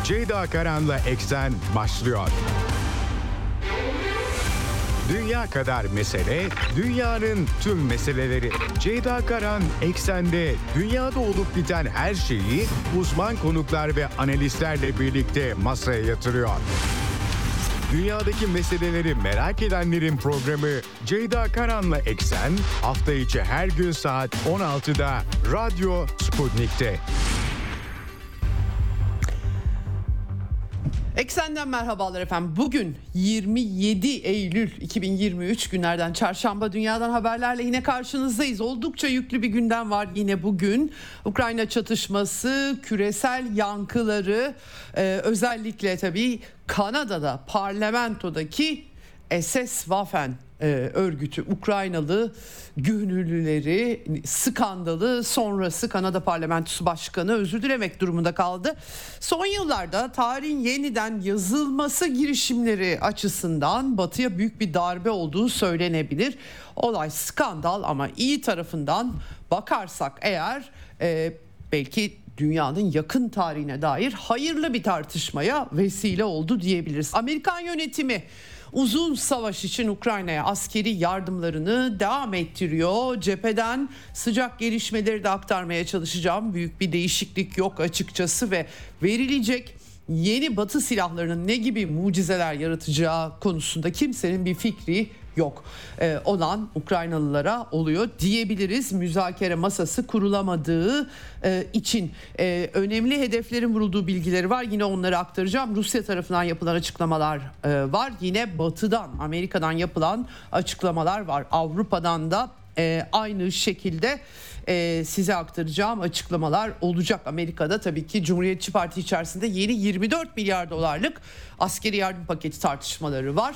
Ceyda Karan'la Eksen başlıyor. Dünya kadar mesele, dünyanın tüm meseleleri. Ceyda Karan Eksen'de dünyada olup biten her şeyi uzman konuklar ve analistlerle birlikte masaya yatırıyor. Dünyadaki meseleleri merak edenlerin programı Ceyda Karan'la Eksen hafta içi her gün saat 16'da Radyo Sputnik'te. Eksen'den merhabalar efendim. Bugün 27 Eylül 2023 günlerden çarşamba, dünyadan haberlerle yine karşınızdayız. Oldukça yüklü bir gündem var yine bugün. Ukrayna çatışması, küresel yankıları, özellikle tabii Kanada'da parlamentodaki SS-Waffen örgütü Ukraynalı gönüllüleri skandalı sonrası Kanada Parlamentosu Başkanı özür dilemek durumunda kaldı. Son yıllarda tarihin yeniden yazılması girişimleri açısından Batı'ya büyük bir darbe olduğu söylenebilir. Olay skandal ama iyi tarafından bakarsak eğer belki dünyanın yakın tarihine dair hayırlı bir tartışmaya vesile oldu diyebiliriz. Amerikan yönetimi uzun savaş için Ukrayna'ya askeri yardımlarını devam ettiriyor. Cepheden sıcak gelişmeleri de aktarmaya çalışacağım. Büyük bir değişiklik yok açıkçası ve verilecek yeni Batı silahlarının ne gibi mucizeler yaratacağı konusunda kimsenin bir fikri yok. Olan Ukraynalılara oluyor diyebiliriz. Müzakere masası kurulamadığı için önemli hedeflerin vurulduğu bilgileri var. Yine onları aktaracağım. Rusya tarafından yapılan açıklamalar var. Yine Batı'dan, Amerika'dan yapılan açıklamalar var. Avrupa'dan da aynı şekilde size aktaracağım açıklamalar olacak. Amerika'da tabii ki Cumhuriyetçi Parti içerisinde yeni 24 milyar dolarlık askeri yardım paketi tartışmaları var.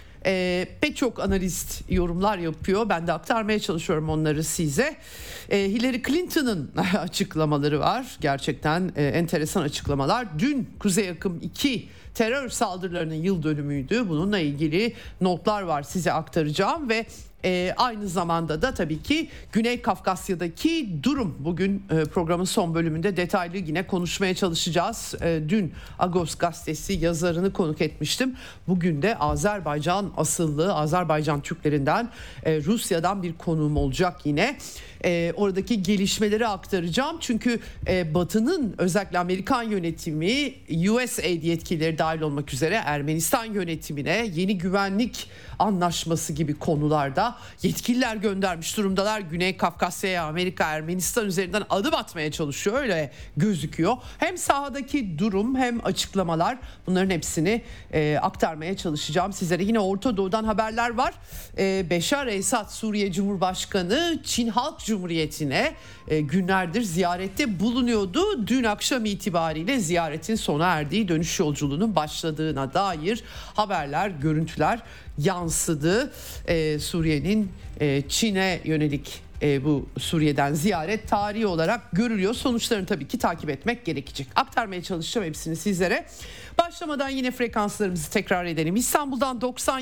Pek çok analist yorumlar yapıyor. Ben de aktarmaya çalışıyorum onları size. Hillary Clinton'ın açıklamaları var. Gerçekten enteresan açıklamalar. Dün Kuzey Akım 2 terör saldırılarının yıl dönümüydü. Bununla ilgili notlar var, size aktaracağım ve aynı zamanda da tabii ki Güney Kafkasya'daki durum. Bugün programın son bölümünde detaylı yine konuşmaya çalışacağız. Dün Agos gazetesi yazarını konuk etmiştim. Bugün de Azerbaycan asıllı, Azerbaycan Türklerinden, Rusya'dan bir konuğum olacak yine. Oradaki gelişmeleri aktaracağım. Çünkü Batı'nın, özellikle Amerikan yönetimi, USAID yetkilileri dahil olmak üzere Ermenistan yönetimine yeni güvenlik anlaşması gibi konularda yetkililer göndermiş durumdalar. Güney Kafkasya'ya Amerika Ermenistan üzerinden adım atmaya çalışıyor, öyle gözüküyor. Hem sahadaki durum hem açıklamalar, bunların hepsini aktarmaya çalışacağım sizlere. Yine Orta Doğu'dan haberler var. Beşar Esad Suriye Cumhurbaşkanı Çin Halk Cumhuriyeti'ne günlerdir ziyarette bulunuyordu. Dün akşam itibariyle ziyaretin sona erdiği, dönüş yolculuğunun başladığına dair haberler, görüntüler yansıdı. Suriye'nin Çin'e yönelik bu Suriye'den ziyaret tarihi olarak görülüyor. Sonuçlarını tabii ki takip etmek gerekecek. Aktarmaya çalışacağım hepsini sizlere. Başlamadan yine frekanslarımızı tekrar edelim. İstanbul'dan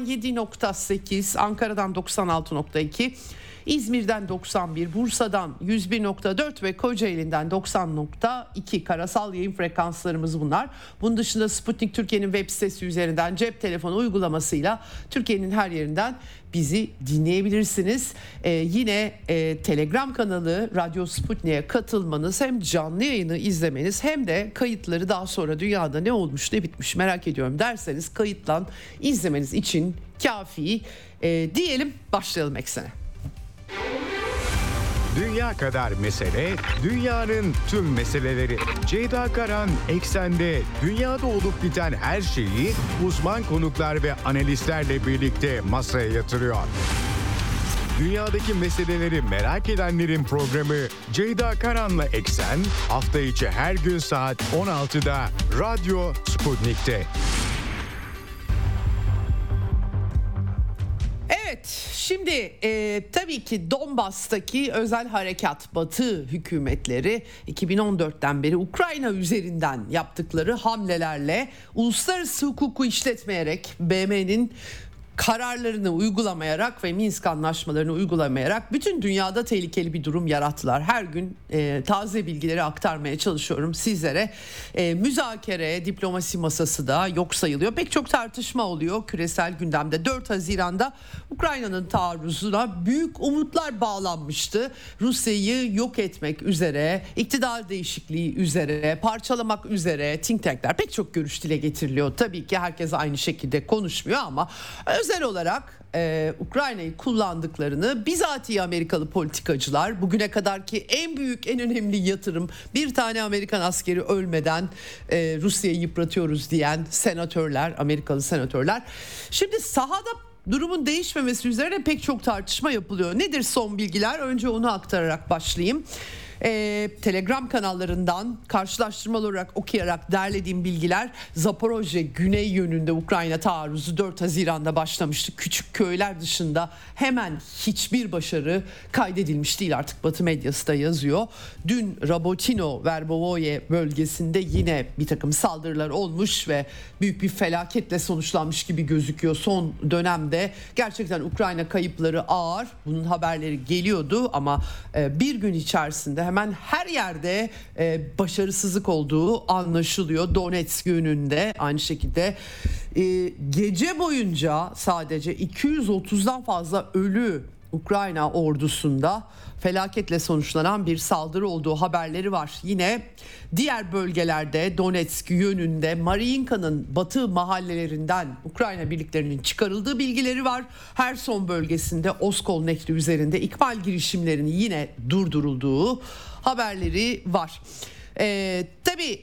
97.8, Ankara'dan 96.2, İzmir'den 91, Bursa'dan 101.4 ve Kocaeli'nden 90.2 karasal yayın frekanslarımız bunlar. Bunun dışında Sputnik Türkiye'nin web sitesi üzerinden cep telefonu uygulamasıyla Türkiye'nin her yerinden bizi dinleyebilirsiniz. Yine Telegram kanalı Radyo Sputnik'e katılmanız, hem canlı yayını izlemeniz hem de kayıtları daha sonra dünyada ne olmuş ne bitmiş merak ediyorum derseniz kayıtlan izlemeniz için kafi. Diyelim, başlayalım Eksen'e. Dünya kadar mesele, dünyanın tüm meseleleri. Ceyda Karan Eksen'de dünyada olup biten her şeyi uzman konuklar ve analistlerle birlikte masaya yatırıyor. Dünyadaki meseleleri merak edenlerin programı Ceyda Karan'la Eksen hafta içi her gün saat 16'da Radyo Sputnik'te. Evet, şimdi tabii ki Donbas'taki özel harekat, Batı hükümetleri 2014'ten beri Ukrayna üzerinden yaptıkları hamlelerle uluslararası hukuku işletmeyerek BM'nin kararlarını uygulamayarak ve Minsk anlaşmalarını uygulamayarak bütün dünyada tehlikeli bir durum yarattılar. Her gün taze bilgileri aktarmaya çalışıyorum sizlere. Müzakere, diplomasi masası da yok sayılıyor. Pek çok tartışma oluyor küresel gündemde. 4 Haziran'da Ukrayna'nın taarruzuna büyük umutlar bağlanmıştı. Rusya'yı yok etmek üzere, iktidar değişikliği üzere, parçalamak üzere think tankler, pek çok görüş dile getiriliyor. Tabii ki herkes aynı şekilde konuşmuyor ama özel olarak Ukrayna'yı kullandıklarını bizatihi Amerikalı politikacılar, bugüne kadarki en büyük, en önemli yatırım, bir tane Amerikan askeri ölmeden Rusya'yı yıpratıyoruz diyen senatörler, Amerikalı senatörler. Şimdi sahada durumun değişmemesi üzerine pek çok tartışma yapılıyor. Nedir son bilgiler? Önce onu aktararak başlayayım. Telegram kanallarından karşılaştırmalı olarak okuyarak derlediğim bilgiler, Zaporojye güney yönünde Ukrayna taarruzu 4 Haziran'da başlamıştı. Küçük köyler dışında hemen hiçbir başarı kaydedilmiş değil, artık Batı medyası da yazıyor. Dün Rabotino Verbovoye bölgesinde yine bir takım saldırılar olmuş ve büyük bir felaketle sonuçlanmış gibi gözüküyor. Son dönemde gerçekten Ukrayna kayıpları ağır, bunun haberleri geliyordu ama bir gün içerisinde hemen her yerde başarısızlık olduğu anlaşılıyor. Donetsk yönünde aynı şekilde gece boyunca sadece 230'dan fazla ölü Ukrayna ordusunda felaketle sonuçlanan bir saldırı olduğu haberleri var. Yine diğer bölgelerde Donetsk yönünde Mariinka'nın batı mahallelerinden Ukrayna birliklerinin çıkarıldığı bilgileri var. Herson bölgesinde Oskol Nehri üzerinde ikmal girişimlerinin yine durdurulduğu haberleri var. Tabii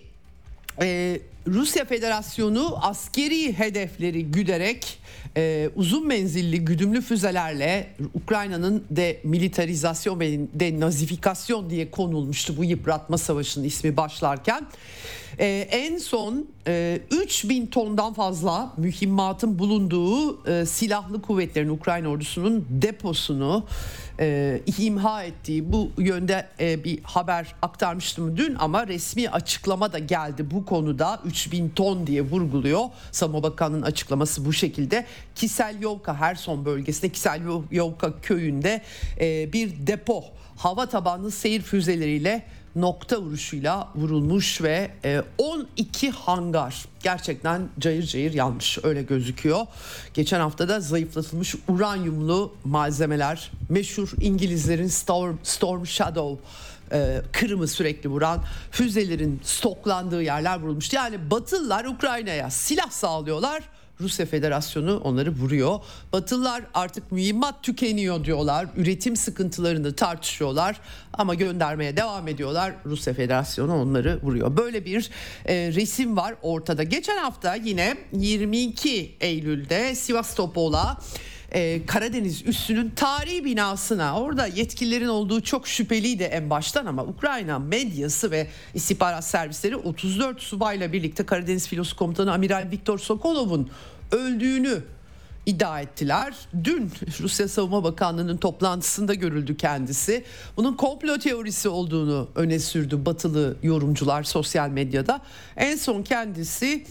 Rusya Federasyonu askeri hedefleri güderek uzun menzilli güdümlü füzelerle Ukrayna'nın demilitarizasyon ve denazifikasyon diye konulmuştu bu yıpratma savaşının ismi başlarken. En son 3000 tondan fazla mühimmatın bulunduğu silahlı kuvvetlerin, Ukrayna ordusunun deposunu imha ettiği bu yönde bir haber aktarmıştım dün ama resmi açıklama da geldi bu konuda. 3000 ton diye vurguluyor. Savunma Bakanı'nın açıklaması bu şekilde. Kiselyovka, Herson bölgesinde Kiselyovka köyünde bir depo hava tabanlı seyir füzeleriyle nokta vuruşuyla vurulmuş ve 12 hangar gerçekten cayır cayır yanmış, öyle gözüküyor. Geçen hafta da zayıflatılmış uranyumlu malzemeler, meşhur İngilizlerin Storm Shadow Kırım'ı sürekli vuran füzelerin stoklandığı yerler vurulmuştu. Yani Batılılar Ukrayna'ya silah sağlıyorlar, Rusya Federasyonu onları vuruyor. Batılılar artık mühimmat tükeniyor diyorlar. Üretim sıkıntılarını tartışıyorlar ama göndermeye devam ediyorlar. Rusya Federasyonu onları vuruyor. Böyle bir resim var ortada. Geçen hafta yine 22 Eylül'de Sivastopol'a Karadeniz üssünün tarihi binasına, orada yetkililerin olduğu çok şüpheliydi en baştan ama Ukrayna medyası ve istihbarat servisleri 34 subayla birlikte Karadeniz Filosu Komutanı Amiral Viktor Sokolov'un öldüğünü iddia ettiler. Dün Rusya Savunma Bakanlığı'nın toplantısında görüldü kendisi. Bunun komplo teorisi olduğunu öne sürdü batılı yorumcular sosyal medyada. En son kendisi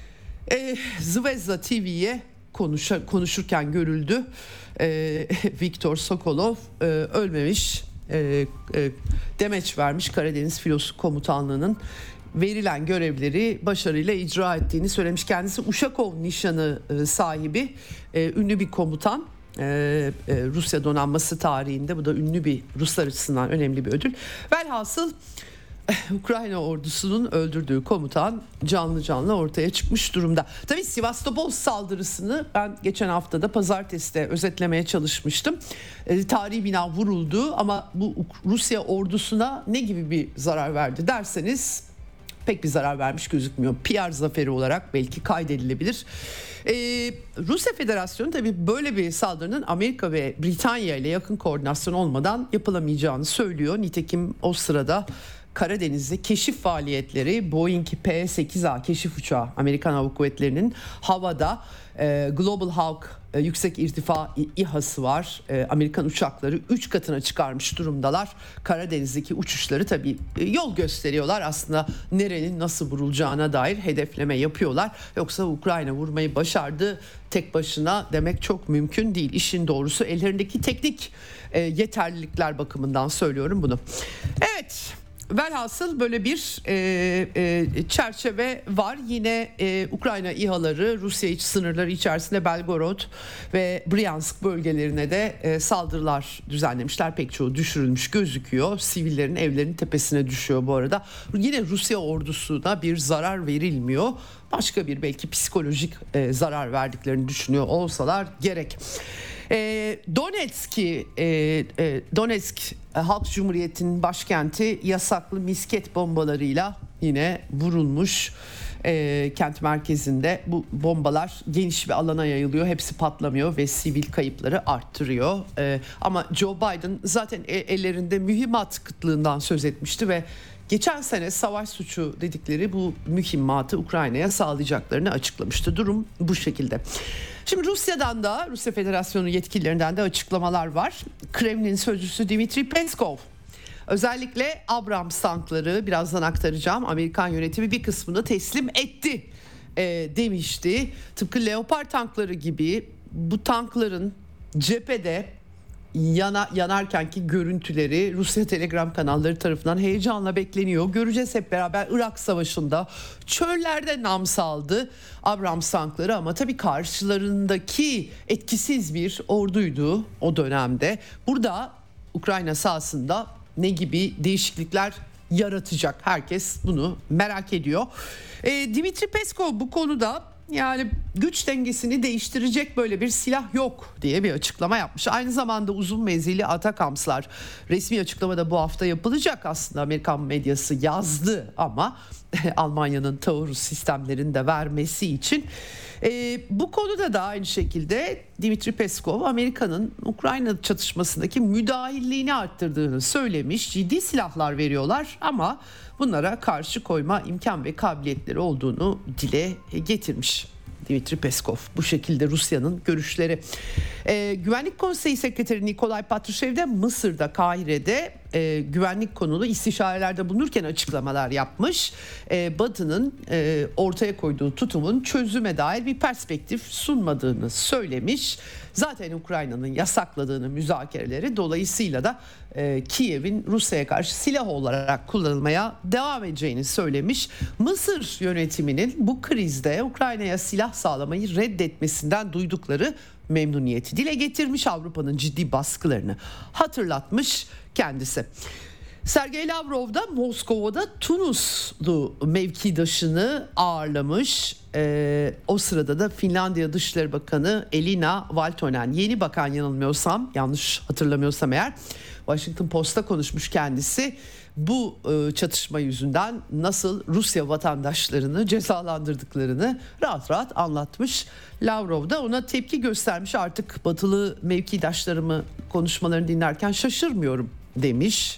Zvezda TV'ye konuşurken görüldü. Viktor Sokolov ölmemiş, demeç vermiş Karadeniz Filosu Komutanlığı'nın verilen görevleri başarıyla icra ettiğini söylemiş. Kendisi Uşakov nişanı sahibi ünlü bir komutan. Rusya donanması tarihinde bu da ünlü bir, Ruslar açısından önemli bir ödül. Velhasıl Ukrayna ordusunun öldürdüğü komutan canlı canlı ortaya çıkmış durumda. Tabii Sivastopol saldırısını ben geçen haftada pazartesi de özetlemeye çalışmıştım. Tarihi bina vuruldu ama bu Rusya ordusuna ne gibi bir zarar verdi derseniz pek bir zarar vermiş gözükmüyor. PR zaferi olarak belki kaydedilebilir. Rusya Federasyonu tabii böyle bir saldırının Amerika ve Britanya ile yakın koordinasyon olmadan yapılamayacağını söylüyor. Nitekim o sırada Karadeniz'de keşif faaliyetleri, Boeing P-8A keşif uçağı Amerikan Hava Kuvvetleri'nin havada, Global Hawk yüksek irtifa İHA'sı var. Amerikan uçakları 3 katına çıkarmış durumdalar. Karadeniz'deki uçuşları tabii yol gösteriyorlar. Aslında nerenin nasıl vurulacağına dair hedefleme yapıyorlar. Yoksa Ukrayna vurmayı başardı tek başına demek çok mümkün değil. İşin doğrusu ellerindeki teknik yeterlilikler bakımından söylüyorum bunu. Evet. Velhasıl böyle bir çerçeve var. Yine Ukrayna İHA'ları Rusya iç sınırları içerisinde Belgorod ve Bryansk bölgelerine de saldırılar düzenlemişler. Pek çoğu düşürülmüş gözüküyor. Sivillerin evlerinin tepesine düşüyor bu arada. Yine Rusya ordusuna bir zarar verilmiyor. Başka bir belki psikolojik zarar verdiklerini düşünüyor olsalar gerek. Donetsk Halk Cumhuriyeti'nin başkenti yasaklı misket bombalarıyla yine vurulmuş. Kent merkezinde bu bombalar geniş bir alana yayılıyor. Hepsi patlamıyor ve sivil kayıpları arttırıyor. Ama Joe Biden zaten ellerinde mühimmat kıtlığından söz etmişti ve geçen sene savaş suçu dedikleri bu mühimmatı Ukrayna'ya sağlayacaklarını açıklamıştı. Durum bu şekilde. Şimdi Rusya'dan da, Rusya Federasyonu yetkililerinden de açıklamalar var. Kremlin sözcüsü Dmitri Peskov özellikle Abrams tankları, birazdan aktaracağım, Amerikan yönetimi bir kısmını teslim etti demişti. Tıpkı Leopard tankları gibi bu tankların cephede yanarkenki görüntüleri Rusya Telegram kanalları tarafından heyecanla bekleniyor. Göreceğiz hep beraber. Irak Savaşı'nda çöllerde nam saldı Abrams tankları ama tabii karşılarındaki etkisiz bir orduydu o dönemde. Burada Ukrayna sahasında ne gibi değişiklikler yaratacak? Herkes bunu merak ediyor. Dmitri Peskov bu konuda yani güç dengesini değiştirecek böyle bir silah yok diye bir açıklama yapmış. Aynı zamanda uzun menzilli ATACMS'lar resmi açıklamada bu hafta yapılacak, aslında Amerikan medyası yazdı ama Almanya'nın Taurus sistemlerini de vermesi için. Bu konuda da aynı şekilde Dmitri Peskov Amerika'nın Ukrayna çatışmasındaki müdahilliğini arttırdığını söylemiş. Ciddi silahlar veriyorlar ama bunlara karşı koyma imkan ve kabiliyetleri olduğunu dile getirmiş Dmitri Peskov. Bu şekilde Rusya'nın görüşleri. Güvenlik Konseyi Sekreteri Nikolay Patrushev de Mısır'da, Kahire'de güvenlik konulu istişarelerde bulunurken açıklamalar yapmış. Batı'nın ortaya koyduğu tutumun çözüme dair bir perspektif sunmadığını söylemiş. Zaten Ukrayna'nın yasakladığını müzakereleri, dolayısıyla da Kiev'in Rusya'ya karşı silah olarak kullanılmaya devam edeceğini söylemiş. Mısır yönetiminin bu krizde Ukrayna'ya silah sağlamayı reddetmesinden duydukları memnuniyeti dile getirmiş, Avrupa'nın ciddi baskılarını hatırlatmış kendisi. Sergey Lavrov da Moskova'da Tunuslu mevkidaşını ağırlamış. O sırada da Finlandiya Dışişleri Bakanı Elina Valtonen, yeni bakan yanılmıyorsam, yanlış hatırlamıyorsam eğer, Washington Post'ta konuşmuş kendisi. Bu çatışma yüzünden nasıl Rusya vatandaşlarını cezalandırdıklarını rahat rahat anlatmış. Lavrov da ona tepki göstermiş. Artık batılı mevkidaşlarımı konuşmalarını dinlerken şaşırmıyorum demiş.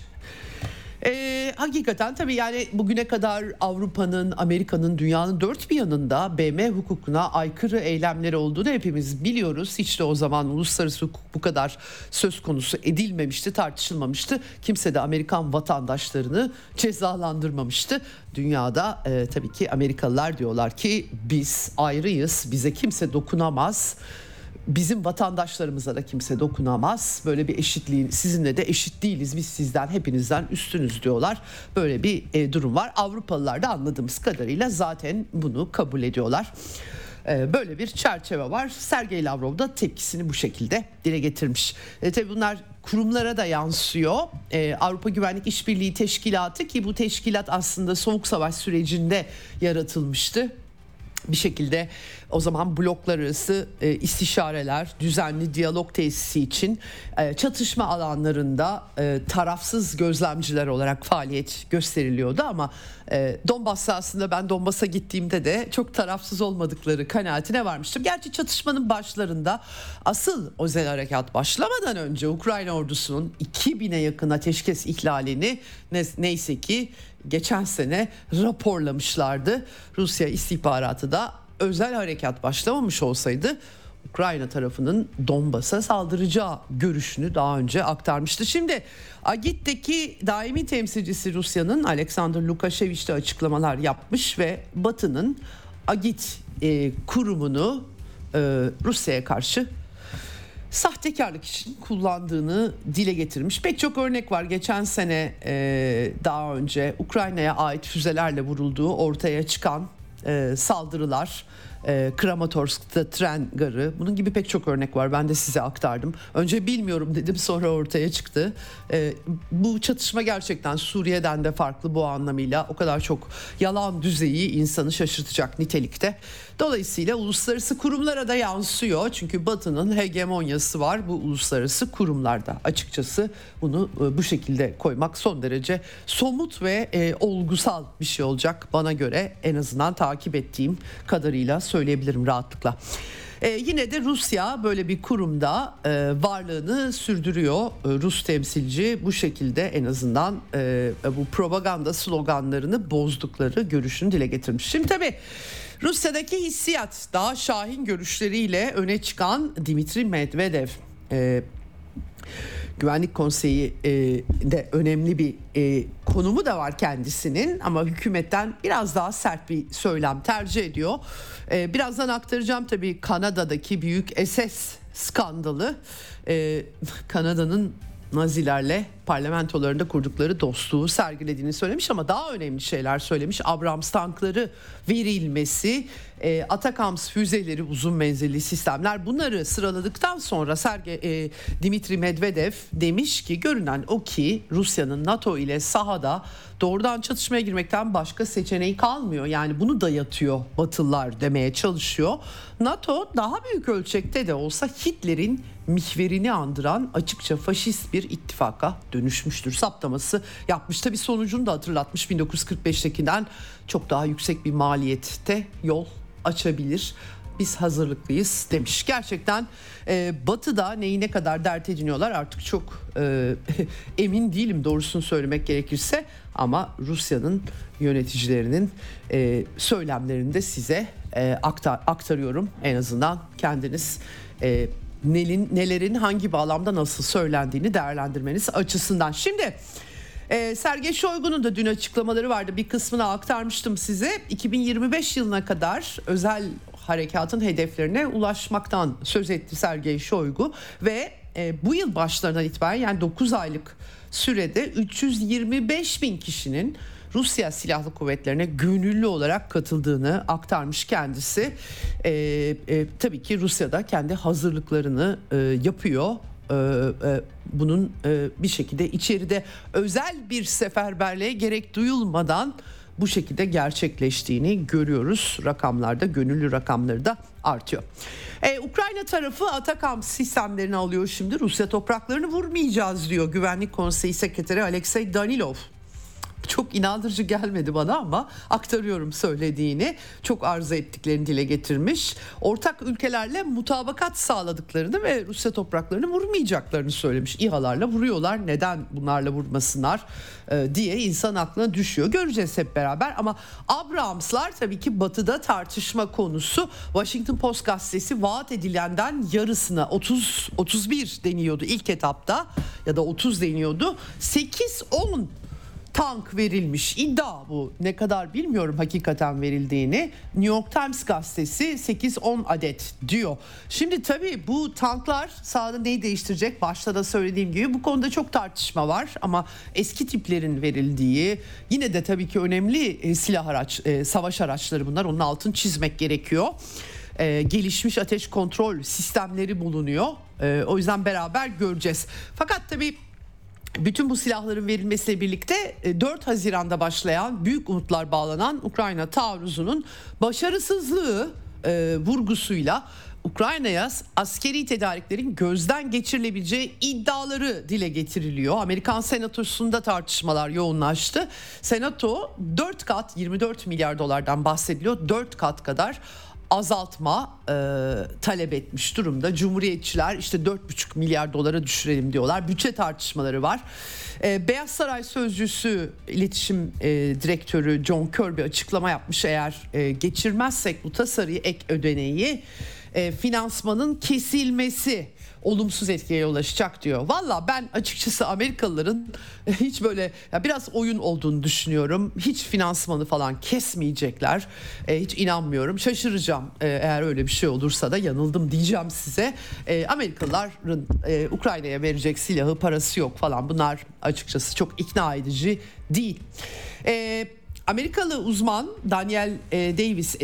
Hakikaten tabii yani bugüne kadar Avrupa'nın, Amerika'nın, dünyanın dört bir yanında BM hukukuna aykırı eylemleri olduğunu hepimiz biliyoruz. Hiç de o zaman uluslararası hukuk bu kadar söz konusu edilmemişti, tartışılmamıştı. Kimse de Amerikan vatandaşlarını cezalandırmamıştı. Dünyada tabii ki Amerikalılar diyorlar ki biz ayrıyız, bize kimse dokunamaz. Bizim vatandaşlarımıza da kimse dokunamaz. Böyle bir eşitliğin, sizinle de eşit değiliz. Biz sizden, hepinizden üstünüz diyorlar. Böyle bir durum var. Avrupalılar da anladığımız kadarıyla zaten bunu kabul ediyorlar. Böyle bir çerçeve var. Sergey Lavrov da tepkisini bu şekilde dile getirmiş. Tabii bunlar kurumlara da yansıyor. Avrupa Güvenlik İşbirliği Teşkilatı, ki bu teşkilat aslında Soğuk Savaş sürecinde yaratılmıştı. Bir şekilde o zaman bloklar arası istişareler, düzenli diyalog tesisi için çatışma alanlarında tarafsız gözlemciler olarak faaliyet gösteriliyordu ama Donbas'ta aslında ben Donbas'a gittiğimde de çok tarafsız olmadıkları kanaatine varmıştım. Gerçi çatışmanın başlarında asıl özel harekat başlamadan önce Ukrayna ordusunun 2000'e yakın ateşkes ihlalini neyse ki geçen sene raporlamışlardı. Rusya istihbaratı da özel harekat başlamamış olsaydı Ukrayna tarafının Donbas'a saldıracağı görüşünü daha önce aktarmıştı. Şimdi Agit'teki daimi temsilcisi Rusya'nın Alexander Lukasheviç de açıklamalar yapmış ve Batı'nın Agit kurumunu Rusya'ya karşı sahtekarlık için kullandığını dile getirmiş. Pek çok örnek var. Geçen sene daha önce Ukrayna'ya ait füzelerle vurulduğu ortaya çıkan saldırılar, Kramatorsk'ta tren garı, bunun gibi pek çok örnek var. Ben de size aktardım. Önce bilmiyorum dedim, sonra ortaya çıktı. Bu çatışma gerçekten Suriye'den de farklı bu anlamıyla. O kadar çok yalan düzeyi insanı şaşırtacak nitelikte. Dolayısıyla uluslararası kurumlara da yansıyor. Çünkü Batı'nın hegemonyası var bu uluslararası kurumlarda. Açıkçası bunu bu şekilde koymak son derece somut ve olgusal bir şey olacak. Bana göre, en azından takip ettiğim kadarıyla söyleyebilirim rahatlıkla. Yine de Rusya böyle bir kurumda varlığını sürdürüyor. Rus temsilci bu şekilde en azından bu propaganda sloganlarını bozdukları görüşünü dile getirmiş. Şimdi tabii Rusya'daki hissiyat, daha şahin görüşleriyle öne çıkan Dmitri Medvedev, Güvenlik Konseyi de önemli bir konumu da var kendisinin, ama hükümetten biraz daha sert bir söylem tercih ediyor. Birazdan aktaracağım tabii Kanada'daki büyük SS skandalı. Kanada'nın Nazilerle parlamentolarında kurdukları dostluğu sergilediğini söylemiş, ama daha önemli şeyler söylemiş. Abrams tankları verilmesi, Atakams füzeleri, uzun menzilli sistemler, bunları sıraladıktan sonra Dmitri Medvedev demiş ki görünen o ki Rusya'nın NATO ile sahada doğrudan çatışmaya girmekten başka seçeneği kalmıyor. Yani bunu dayatıyor Batılılar demeye çalışıyor. NATO daha büyük ölçekte de olsa Hitler'in mihverini andıran açıkça faşist bir ittifaka dönüşmüştür saptaması yapmış. Tabii sonucunu da hatırlatmış, 1945'tekinden çok daha yüksek bir maliyette yol açabilir. Biz hazırlıklıyız demiş. Gerçekten Batı'da neyi ne kadar dert ediniyorlar artık çok emin değilim doğrusunu söylemek gerekirse, ama Rusya'nın yöneticilerinin söylemlerini de size aktarıyorum. En azından kendiniz nelerin hangi bağlamda nasıl söylendiğini değerlendirmeniz açısından. Şimdi Sergey Shoigu'nun da dün açıklamaları vardı. Bir kısmını aktarmıştım size. 2025 yılına kadar özel harekatın hedeflerine ulaşmaktan söz etti Sergey Shoigu ve bu yıl başlarından itibaren, yani 9 aylık sürede 325 bin kişinin Rusya Silahlı Kuvvetlerine gönüllü olarak katıldığını aktarmış kendisi. Tabii ki Rusya'da kendi hazırlıklarını yapıyor. Bunun bir şekilde içeride özel bir seferberliğe gerek duyulmadan bu şekilde gerçekleştiğini görüyoruz. Rakamlarda, gönüllü rakamları da artıyor. Ukrayna tarafı Atakams sistemlerini alıyor şimdi. Rusya topraklarını vurmayacağız diyor Güvenlik Konseyi Sekreteri Alexey Danilov. Çok inandırıcı gelmedi bana ama aktarıyorum söylediğini. Çok arzu ettiklerini dile getirmiş. Ortak ülkelerle mutabakat sağladıklarını ve Rusya topraklarını vurmayacaklarını söylemiş. İHA'larla vuruyorlar, neden bunlarla vurmasınlar diye insan aklına düşüyor. Göreceğiz hep beraber, ama Abrams'lar tabii ki Batı'da tartışma konusu. Washington Post gazetesi vaat edilenden yarısına 31 deniyordu ilk etapta, ya da 30 deniyordu. 8-10 tank verilmiş. İddia bu. Ne kadar bilmiyorum hakikaten verildiğini. New York Times gazetesi 8-10 adet diyor. Şimdi tabii bu tanklar sahada neyi değiştirecek? Başta da söylediğim gibi bu konuda çok tartışma var, ama eski tiplerin verildiği, yine de tabii ki önemli savaş araçları bunlar. Onun altını çizmek gerekiyor. Gelişmiş ateş kontrol sistemleri bulunuyor. O yüzden beraber göreceğiz. Fakat tabii bütün bu silahların verilmesiyle birlikte 4 Haziran'da başlayan, büyük umutlar bağlanan Ukrayna taarruzunun başarısızlığı vurgusuyla Ukrayna'ya askeri tedariklerin gözden geçirilebileceği iddiaları dile getiriliyor. Amerikan Senatosu'nda tartışmalar yoğunlaştı. Senato 4 kat 24 milyar dolardan bahsediliyor. 4 kat kadar azaltma talep etmiş durumda. Cumhuriyetçiler işte 4,5 milyar dolara düşürelim diyorlar. Bütçe tartışmaları var. Beyaz Saray Sözcüsü İletişim Direktörü John Kirby açıklama yapmış. Eğer geçirmezsek bu tasarıyı, ek ödeneği, finansmanın kesilmesi olumsuz etkiye yol açacak diyor. Valla ben açıkçası Amerikalıların hiç böyle biraz oyun olduğunu düşünüyorum. Hiç finansmanı falan kesmeyecekler. Hiç inanmıyorum. Şaşıracağım eğer öyle bir şey olursa da, yanıldım diyeceğim size. Amerikalıların Ukrayna'ya verecek silahı, parası yok falan. Bunlar açıkçası çok ikna edici değil. Amerikalı uzman Daniel Davis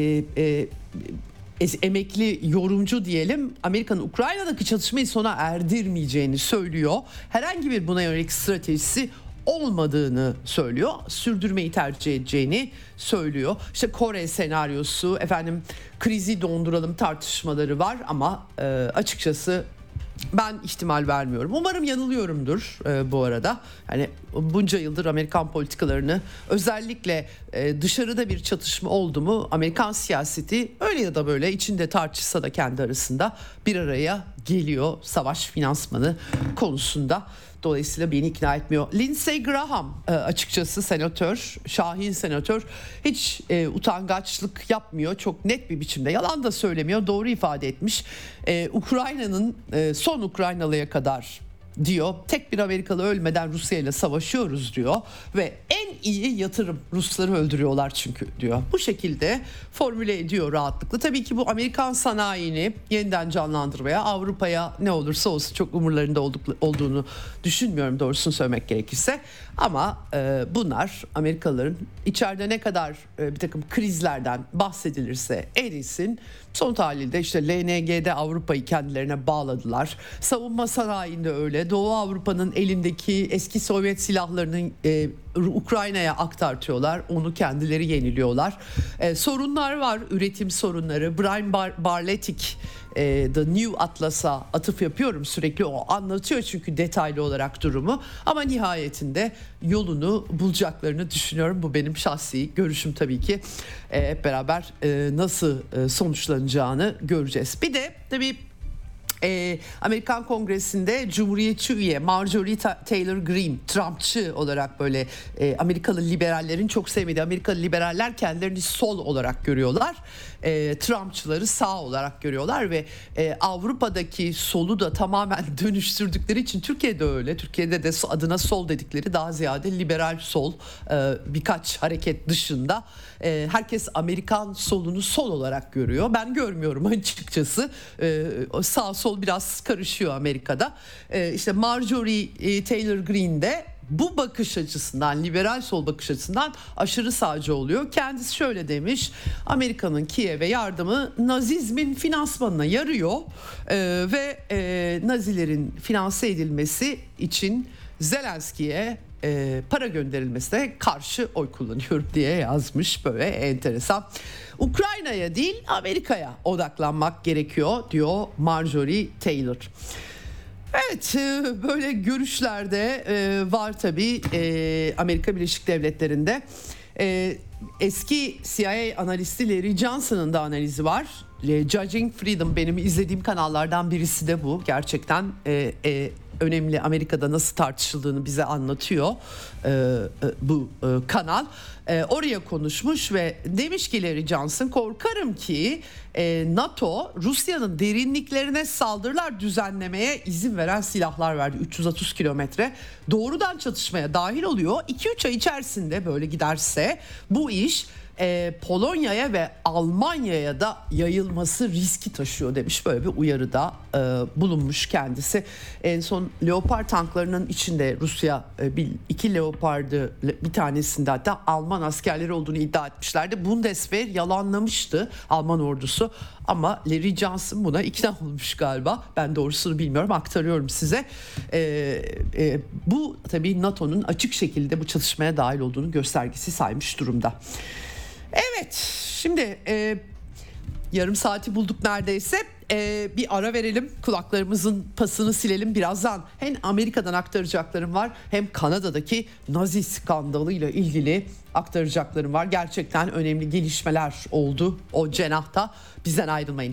emekli yorumcu diyelim, Amerika'nın Ukrayna'daki çatışmayı sona erdirmeyeceğini söylüyor. Herhangi bir buna yönelik stratejisi olmadığını söylüyor. Sürdürmeyi tercih edeceğini söylüyor. İşte Kore senaryosu, krizi donduralım tartışmaları var ama açıkçası ben ihtimal vermiyorum. Umarım yanılıyorumdur bu arada. Yani bunca yıldır Amerikan politikalarını, özellikle dışarıda bir çatışma oldu mu Amerikan siyaseti öyle ya da böyle içinde tartışsa da kendi arasında bir araya geliyor savaş finansmanı konusunda. Dolayısıyla beni ikna etmiyor. Lindsey Graham açıkçası senatör, şahin senatör, hiç utangaçlık yapmıyor. Çok net bir biçimde, yalan da söylemiyor, doğru ifade etmiş. Ukrayna'nın son Ukraynalıya kadar diyor, tek bir Amerikalı ölmeden Rusya ile savaşıyoruz diyor ve en iyi yatırım, Rusları öldürüyorlar çünkü diyor. Bu şekilde formüle ediyor rahatlıkla. Tabii ki bu Amerikan sanayini yeniden canlandırmaya, Avrupa'ya ne olursa olsun çok umurlarında olduğunu düşünmüyorum doğrusunu söylemek gerekirse. Ama bunlar Amerikalıların içeride ne kadar bir takım krizlerden bahsedilirse edilsin, son haliyle işte LNG'de Avrupa'yı kendilerine bağladılar. Savunma sanayinde öyle. Doğu Avrupa'nın elindeki eski Sovyet silahlarını Ukrayna'ya aktartıyorlar. Onu kendileri yeniliyorlar. Sorunlar var, üretim sorunları. Brian Barletic The New Atlas'a atıf yapıyorum sürekli, o anlatıyor çünkü detaylı olarak durumu, ama nihayetinde yolunu bulacaklarını düşünüyorum. Bu benim şahsi görüşüm tabii ki. Hep beraber nasıl sonuçlanacağını göreceğiz. Bir de tabii Amerikan Kongresi'nde Cumhuriyetçi üye Marjorie Taylor Greene, Trumpçı olarak böyle Amerikalı liberallerin çok sevmediği, Amerikalı liberaller kendilerini sol olarak görüyorlar. Trumpçıları sağ olarak görüyorlar ve Avrupa'daki solu da tamamen dönüştürdükleri için Türkiye'de öyle. Türkiye'de de adına sol dedikleri daha ziyade liberal sol, birkaç hareket dışında herkes Amerikan solunu sol olarak görüyor. Ben görmüyorum açıkçası. Sağ sol biraz karışıyor Amerika'da. İşte Marjorie Taylor Greene de bu bakış açısından, liberal sol bakış açısından aşırı sağcı oluyor. Kendisi şöyle demiş: Amerika'nın Kiev'e yardımı Nazizmin finansmanına yarıyor ve Nazilerin finanse edilmesi için Zelenski'ye para gönderilmesine karşı oy kullanıyorum diye yazmış. Böyle enteresan. Ukrayna'ya değil Amerika'ya odaklanmak gerekiyor diyor Marjorie Taylor. Evet, böyle görüşlerde var tabii Amerika Birleşik Devletleri'nde. Eski CIA analisti Larry Johnson'ın da analizi var. Judging Freedom benim izlediğim kanallardan birisi de bu. Gerçekten önemli, Amerika'da nasıl tartışıldığını bize anlatıyor bu kanal. Oraya konuşmuş ve demiş ki Larry Johnson, korkarım ki NATO Rusya'nın derinliklerine saldırılar düzenlemeye izin veren silahlar verdi. 330 kilometre doğrudan çatışmaya dahil oluyor. 2-3 ay içerisinde böyle giderse bu iş Polonya'ya ve Almanya'ya da yayılması riski taşıyor demiş. Böyle bir uyarıda bulunmuş kendisi. En son Leopard tanklarının içinde Rusya 2 Leopard'ı, bir tanesinde hatta Alman askerleri olduğunu iddia etmişlerdi. Bundeswehr yalanlamıştı, Alman ordusu, ama Larry Johnson buna ikna olmuş galiba. Ben doğrusunu bilmiyorum, aktarıyorum size. Bu tabii NATO'nun açık şekilde bu çatışmaya dahil olduğunu göstergesi saymış durumda. Evet, şimdi Yarım saati bulduk neredeyse. Bir ara verelim, kulaklarımızın pasını silelim. Birazdan hem Amerika'dan aktaracaklarım var, hem Kanada'daki Nazi skandalıyla ilgili aktaracaklarım var. Gerçekten önemli gelişmeler oldu o cenahta. Bizden ayrılmayın.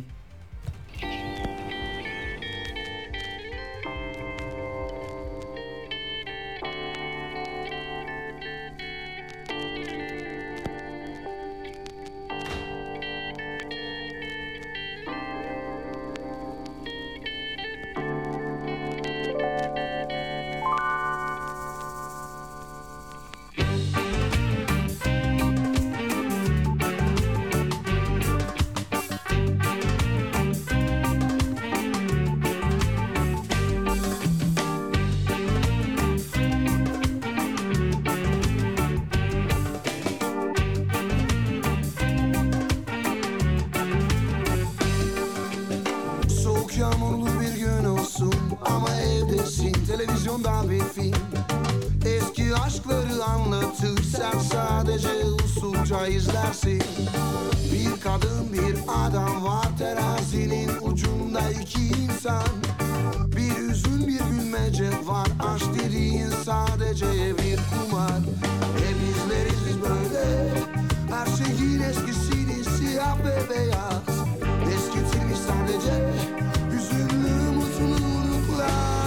izlersin. Bir kadın bir adam var, terazinin ucunda iki insan. Bir üzün bir gülmece var, aşk dediğin sadece bir kumar. Hep izleriz biz böyle, her şeyin eskisini, siyah ve beyaz. Eskitilmiş sadece hüzünlü mutluluklar.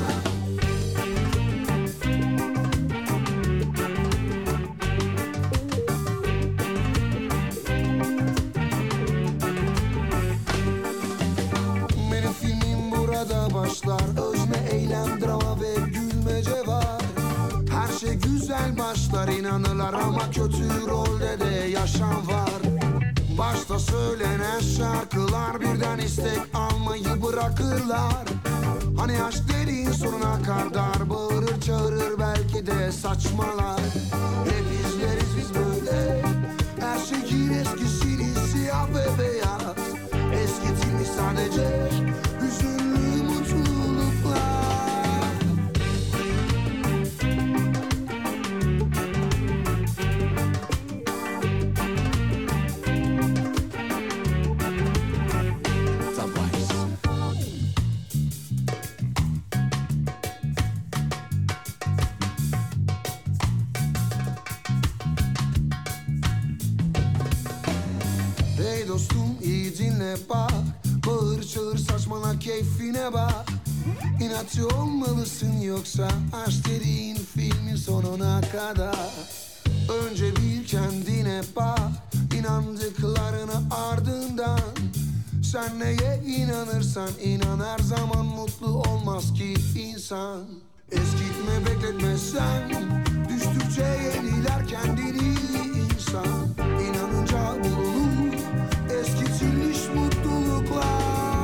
Benim filmim burada başlar. Özne, eylem, drama ve gülmece var. Her şey güzel başlar, inanırlar ama kötü rolde de yaşam var. Başta söylenen şarkılar birden istek almayı bırakırlar. Hani aşk dediğin sonuna kadar bağırır çağırır, belki de saçmalar. Hep izleriz biz böyle, her şeyin eskisini, siyah ve beyaz. Eskitilmiş sadece hüzünlü mutluluklar. Hey dostum, iyi dinle bak. Bağır çağır saçmala, keyfine bak. İnatçı olmalısın, yoksa aşk dediğin filmin sonuna kadar. Önce bir kendine bak, inandıklarını ardından. Sen neye inanırsan inan, her zaman mutlu olmaz ki insan. Eskitme bekletme sen, düştükçe yeniler kendini insan. İnanınca bulunur eskitilmiş mutluluklar.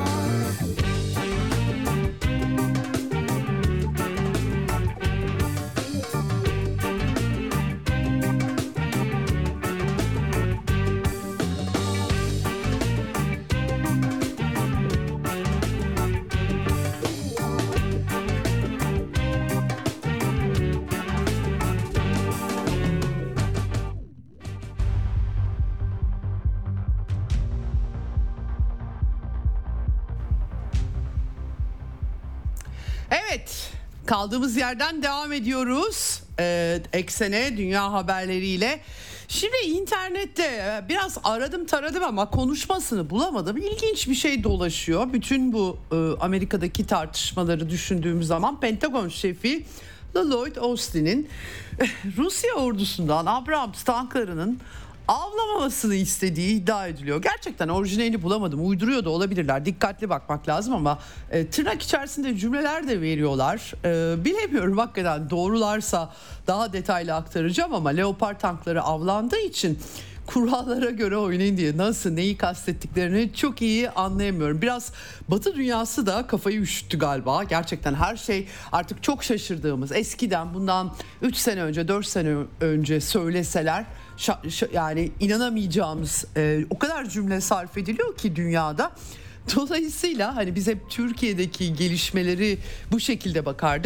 Evet, kaldığımız yerden devam ediyoruz. Eksene dünya haberleriyle. Şimdi internette biraz aradım taradım ama konuşmasını bulamadım. İlginç bir şey dolaşıyor. Bütün bu Amerika'daki tartışmaları düşündüğümüz zaman Pentagon şefi Lloyd Austin'in Rusya ordusundan Abrams tanklarının avlamamasını istediği iddia ediliyor. Gerçekten orijinalini bulamadım. Uyduruyor da olabilirler. Dikkatli bakmak lazım ama tırnak içerisinde cümleler de veriyorlar. Bilemiyorum hakikaten, doğrularsa daha detaylı aktaracağım ama Leopard tankları avlandığı için kurallara göre oynayın diye nasıl, neyi kastettiklerini çok iyi anlayamıyorum. Biraz Batı dünyası da kafayı üşüttü galiba. Gerçekten her şey artık çok şaşırdığımız, eskiden bundan 3 sene önce 4 sene önce söyleseler yani inanamayacağımız o kadar cümle sarf ediliyor ki dünyada. Dolayısıyla hani biz hep Türkiye'deki gelişmeleri bu şekilde bakardık.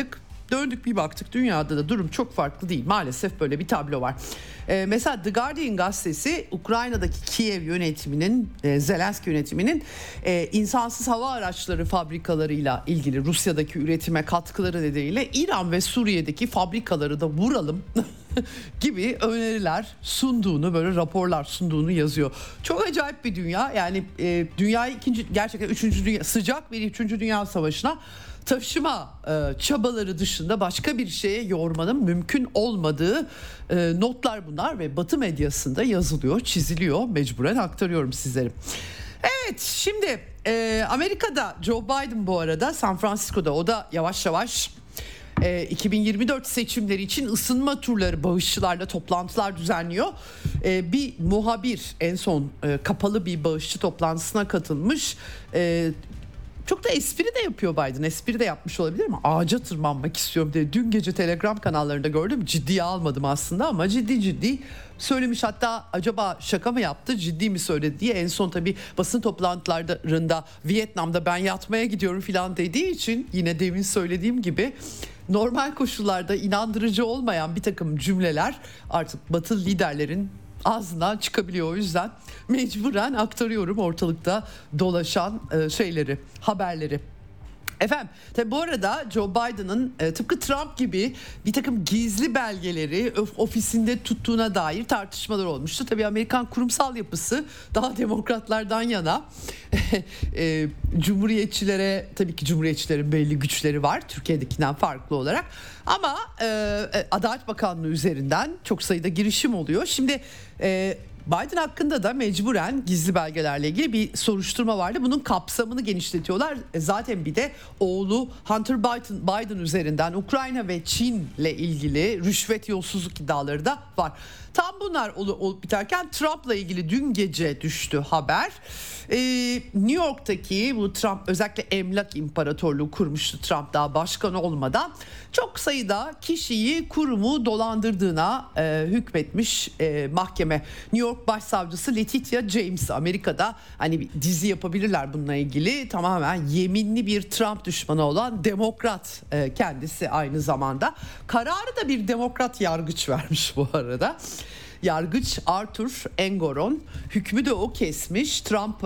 döndük bir baktık, dünyada da durum çok farklı değil. Maalesef böyle bir tablo var. Mesela The Guardian gazetesi Ukrayna'daki Kiev yönetiminin, Zelenski yönetiminin insansız hava araçları fabrikalarıyla ilgili Rusya'daki üretime katkıları nedeniyle İran ve Suriye'deki fabrikaları da vuralım gibi öneriler sunduğunu, böyle raporlar sunduğunu yazıyor. Çok acayip bir dünya. Yani dünyayı gerçekten 3. Dünya, sıcak bir 3. Dünya Savaşı'na taşıma çabaları dışında başka bir şeye yormanın mümkün olmadığı notlar bunlar ve Batı medyasında yazılıyor, çiziliyor. Mecburen aktarıyorum sizlere. Evet, şimdi Amerika'da Joe Biden bu arada San Francisco'da, o da yavaş yavaş 2024 seçimleri için ısınma turları, bağışçılarla toplantılar düzenliyor. Bir muhabir en son kapalı bir bağışçı toplantısına katılmış. Çok da espri de yapıyor Biden. Espri de yapmış olabilir mi? Ağaca tırmanmak istiyorum diye. Dün gece Telegram kanallarında gördüm. Ciddiye almadım aslında ama ciddi söylemiş. Hatta acaba şaka mı yaptı, ciddi mi söyledi diye. En son tabii basın toplantılarında Vietnam'da ben yatmaya gidiyorum falan dediği için, yine demin söylediğim gibi normal koşullarda inandırıcı olmayan bir takım cümleler artık Batı liderlerin ağzından çıkabiliyor. O yüzden mecburen aktarıyorum ortalıkta dolaşan haberleri. Efendim, tabi bu arada Joe Biden'ın tıpkı Trump gibi bir takım gizli belgeleri ofisinde tuttuğuna dair tartışmalar olmuştu. Tabi Amerikan kurumsal yapısı daha demokratlardan yana. Cumhuriyetçilere, tabii ki cumhuriyetçilerin belli güçleri var Türkiye'dekinden farklı olarak. Ama Adalet Bakanlığı üzerinden çok sayıda girişim oluyor. Şimdi Biden hakkında da mecburen gizli belgelerle ilgili bir soruşturma vardı. Bunun kapsamını genişletiyorlar. Zaten bir de oğlu Hunter Biden üzerinden Ukrayna ve Çin'le ilgili rüşvet, yolsuzluk iddiaları da var. Tam bunlar olup biterken Trump'la ilgili dün gece düştü haber. New York'taki bu Trump özellikle emlak imparatorluğu kurmuştu Trump daha başkan olmadan. Çok sayıda kişiyi, kurumu dolandırdığına hükmetmiş mahkeme. New York Başsavcısı Letitia James, Amerika'da hani bir dizi yapabilirler bununla ilgili, tamamen yeminli bir Trump düşmanı olan demokrat kendisi aynı zamanda. Kararı da bir demokrat yargıç vermiş bu arada. Yargıç Arthur Engoron hükmü de o kesmiş. Trump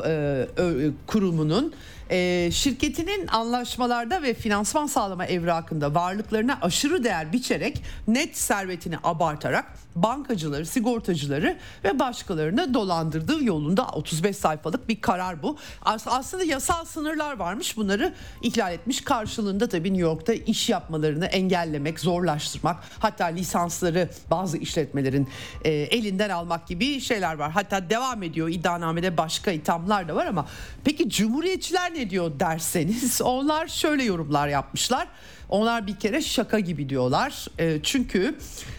kurumunun şirketinin anlaşmalarda ve finansman sağlama evrakında varlıklarına aşırı değer biçerek net servetini abartarak bankacıları, sigortacıları ve başkalarını dolandırdığı yolunda 35 sayfalık bir karar bu. Aslında yasal sınırlar varmış, bunları ihlal etmiş. Karşılığında tabii New York'ta iş yapmalarını engellemek, zorlaştırmak, hatta lisansları bazı işletmelerin elinden almak gibi şeyler var. Hatta devam ediyor, iddianamede başka ithamlar da var ama peki Cumhuriyetçiler ne diyor derseniz, onlar şöyle yorumlar yapmışlar. Onlar bir kere şaka gibi diyorlar. Çünkü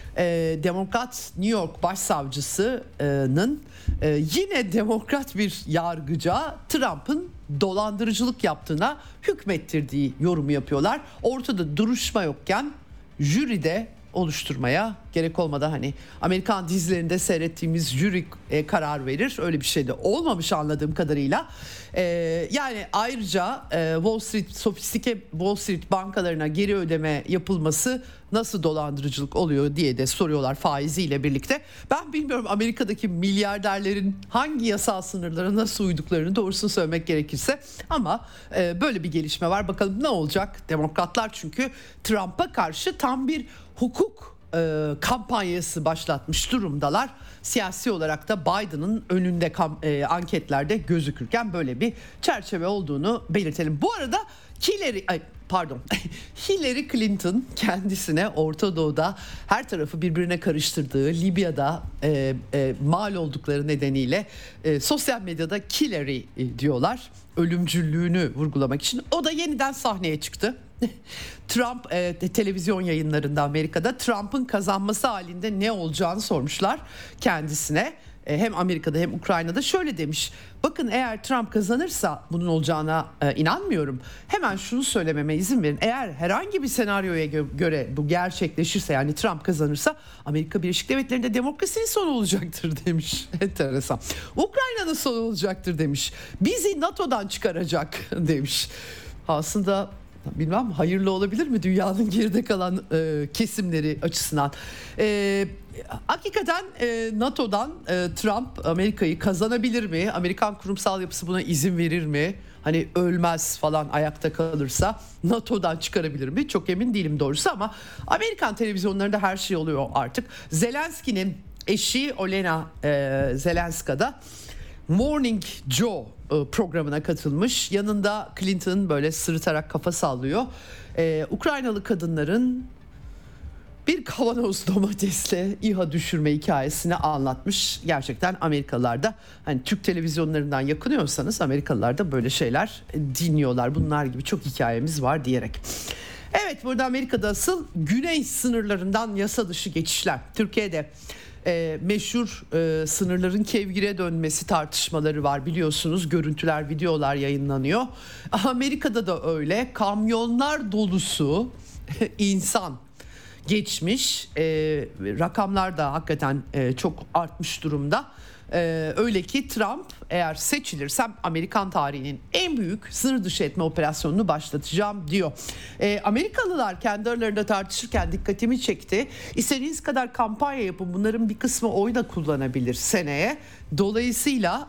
Demokrat New York Başsavcısının yine demokrat bir yargıca Trump'ın dolandırıcılık yaptığına hükmettirdiği yorumu yapıyorlar. Ortada duruşma yokken jüride oluşturmaya gerek olmadan, hani Amerikan dizilerinde seyrettiğimiz jüri karar verir, öyle bir şey de olmamış anladığım kadarıyla. Yani ayrıca sofistike Wall Street bankalarına geri ödeme yapılması nasıl dolandırıcılık oluyor diye de soruyorlar faiziyle birlikte. Ben bilmiyorum Amerika'daki milyarderlerin hangi yasal sınırlara nasıl uyduklarını, doğrusunu söylemek gerekirse, ama böyle bir gelişme var. Bakalım ne olacak? Demokratlar çünkü Trump'a karşı tam bir hukuk kampanyası başlatmış durumdalar. Siyasi olarak da Biden'ın önünde anketlerde gözükürken böyle bir çerçeve olduğunu belirtelim. Bu arada Hillary Clinton kendisine Orta Doğu'da her tarafı birbirine karıştırdığı, Libya'da mal oldukları nedeniyle sosyal medyada Hillary diyorlar, ölümcüllüğünü vurgulamak için. O da yeniden sahneye çıktı. Trump televizyon yayınlarında Amerika'da Trump'ın kazanması halinde ne olacağını sormuşlar kendisine. Hem Amerika'da hem Ukrayna'da şöyle demiş: bakın, eğer Trump kazanırsa bunun olacağına inanmıyorum. Hemen şunu söylememe izin verin. Eğer herhangi bir senaryoya göre bu gerçekleşirse, yani Trump kazanırsa, Amerika Birleşik Devletleri'nde demokrasinin sonu olacaktır demiş. Enteresan. Ukrayna'nın sonu olacaktır demiş. Bizi NATO'dan çıkaracak demiş. Aslında Bilmem hayırlı olabilir mi dünyanın geride kalan kesimleri açısından. Hakikaten NATO'dan Trump Amerika'yı kazanabilir mi? Amerikan kurumsal yapısı buna izin verir mi? Hani ölmez falan ayakta kalırsa NATO'dan çıkarabilir mi? Çok emin değilim doğrusu ama Amerikan televizyonlarında her şey oluyor artık. Zelenski'nin eşi Olena Zelenska da Morning Joe programına katılmış. Yanında Clinton böyle sırıtarak kafa sallıyor. Ukraynalı kadınların bir kavanoz domatesle İHA düşürme hikayesini anlatmış. Gerçekten Amerikalılar da hani Türk televizyonlarından yakınıyorsanız Amerikalılar da böyle şeyler dinliyorlar. Bunlar gibi çok hikayemiz var diyerek. Evet, burada Amerika'da asıl güney sınırlarından yasa dışı geçişler. Türkiye'de meşhur sınırların kevgire dönmesi tartışmaları var biliyorsunuz. Görüntüler, videolar yayınlanıyor. Amerika'da da öyle. Kamyonlar dolusu insan geçmiş. Rakamlar da hakikaten çok artmış durumda. Öyle ki Trump eğer seçilirsem Amerikan tarihinin en büyük sınır dışı etme operasyonunu başlatacağım diyor. Amerikalılar kendi aralarında tartışırken dikkatimi çekti. İstediğiniz kadar kampanya yapın, bunların bir kısmı oy da kullanabilir seneye. Dolayısıyla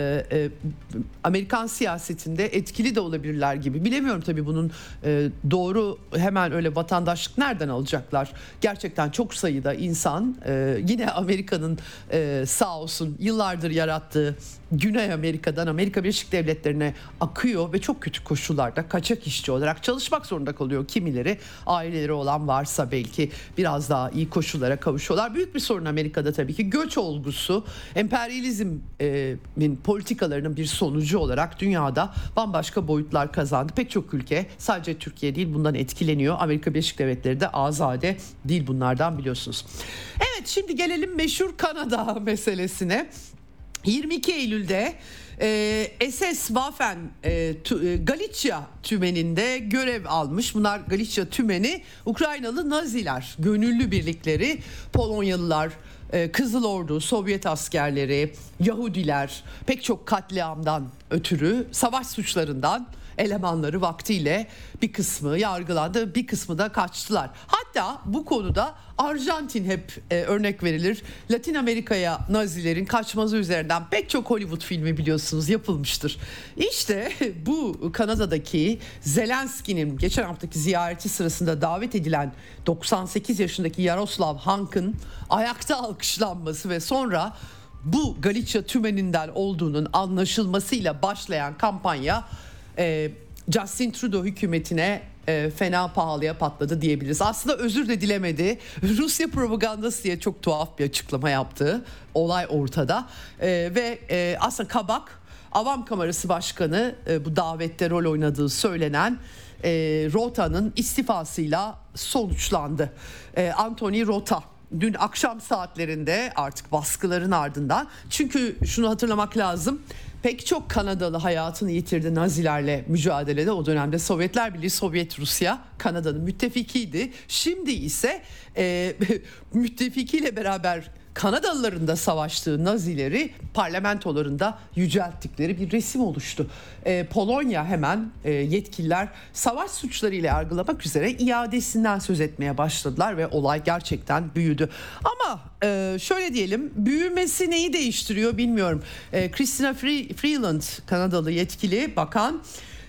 Amerikan siyasetinde etkili de olabilirler gibi. Bilemiyorum tabii bunun doğru, hemen öyle vatandaşlık nereden alacaklar? Gerçekten çok sayıda insan yine Amerika'nın sağ olsun yıllardır yarattığı Güney Amerika'dan Amerika Birleşik Devletleri'ne akıyor ve çok kötü koşullarda kaçak işçi olarak çalışmak zorunda kalıyor. Kimileri aileleri olan varsa belki biraz daha iyi koşullara kavuşuyorlar. Büyük bir sorun Amerika'da tabii ki göç olgusu, emperyalizmin politikalarının bir sonucu olarak dünyada bambaşka boyutlar kazandı. Pek çok ülke, sadece Türkiye değil, bundan etkileniyor. Amerika Birleşik Devletleri de azade değil bunlardan, biliyorsunuz. Evet, şimdi gelelim meşhur Kanada meselesine. 22 Eylül'de SS Waffen Galicia tümeninde görev almış. Bunlar Galicia tümeni Ukraynalı Naziler, gönüllü birlikleri, Polonyalılar, Kızıl Ordu, Sovyet askerleri, Yahudiler, pek çok katliamdan ötürü savaş suçlarından elemanları vaktiyle bir kısmı yargılandı, bir kısmı da kaçtılar. Hatta bu konuda Arjantin hep örnek verilir. Latin Amerika'ya Nazilerin kaçması üzerinden pek çok Hollywood filmi biliyorsunuz yapılmıştır. İşte bu Kanada'daki Zelenski'nin geçen haftaki ziyareti sırasında davet edilen 98 yaşındaki Yaroslav Hank'ın ayakta alkışlanması ve sonra bu Galicia tümeninden olduğunun anlaşılmasıyla başlayan kampanya Justin Trudeau hükümetine fena pahalıya patladı diyebiliriz. Aslında özür de dilemedi. Rusya propagandası diye çok tuhaf bir açıklama yaptı. Olay ortada. Ve aslında kabak Avam Kamerası Başkanı, bu davette rol oynadığı söylenen Rota'nın istifasıyla sonuçlandı. Anthony Rota dün akşam saatlerinde, artık baskıların ardından, çünkü şunu hatırlamak lazım, pek çok Kanadalı hayatını yitirdi Nazilerle mücadelede. O dönemde Sovyetler Birliği, Sovyet Rusya Kanada'nın müttefikiydi. Şimdi ise müttefikiyle beraber Kanadalıların da savaştığı Nazileri parlamentolarında yücelttikleri bir resim oluştu. Polonya hemen yetkililer savaş suçlarıyla yargılamak üzere iadesinden söz etmeye başladılar ve olay gerçekten büyüdü. Ama şöyle diyelim, büyümesi neyi değiştiriyor bilmiyorum. Chrystia Freeland, Kanadalı yetkili bakan,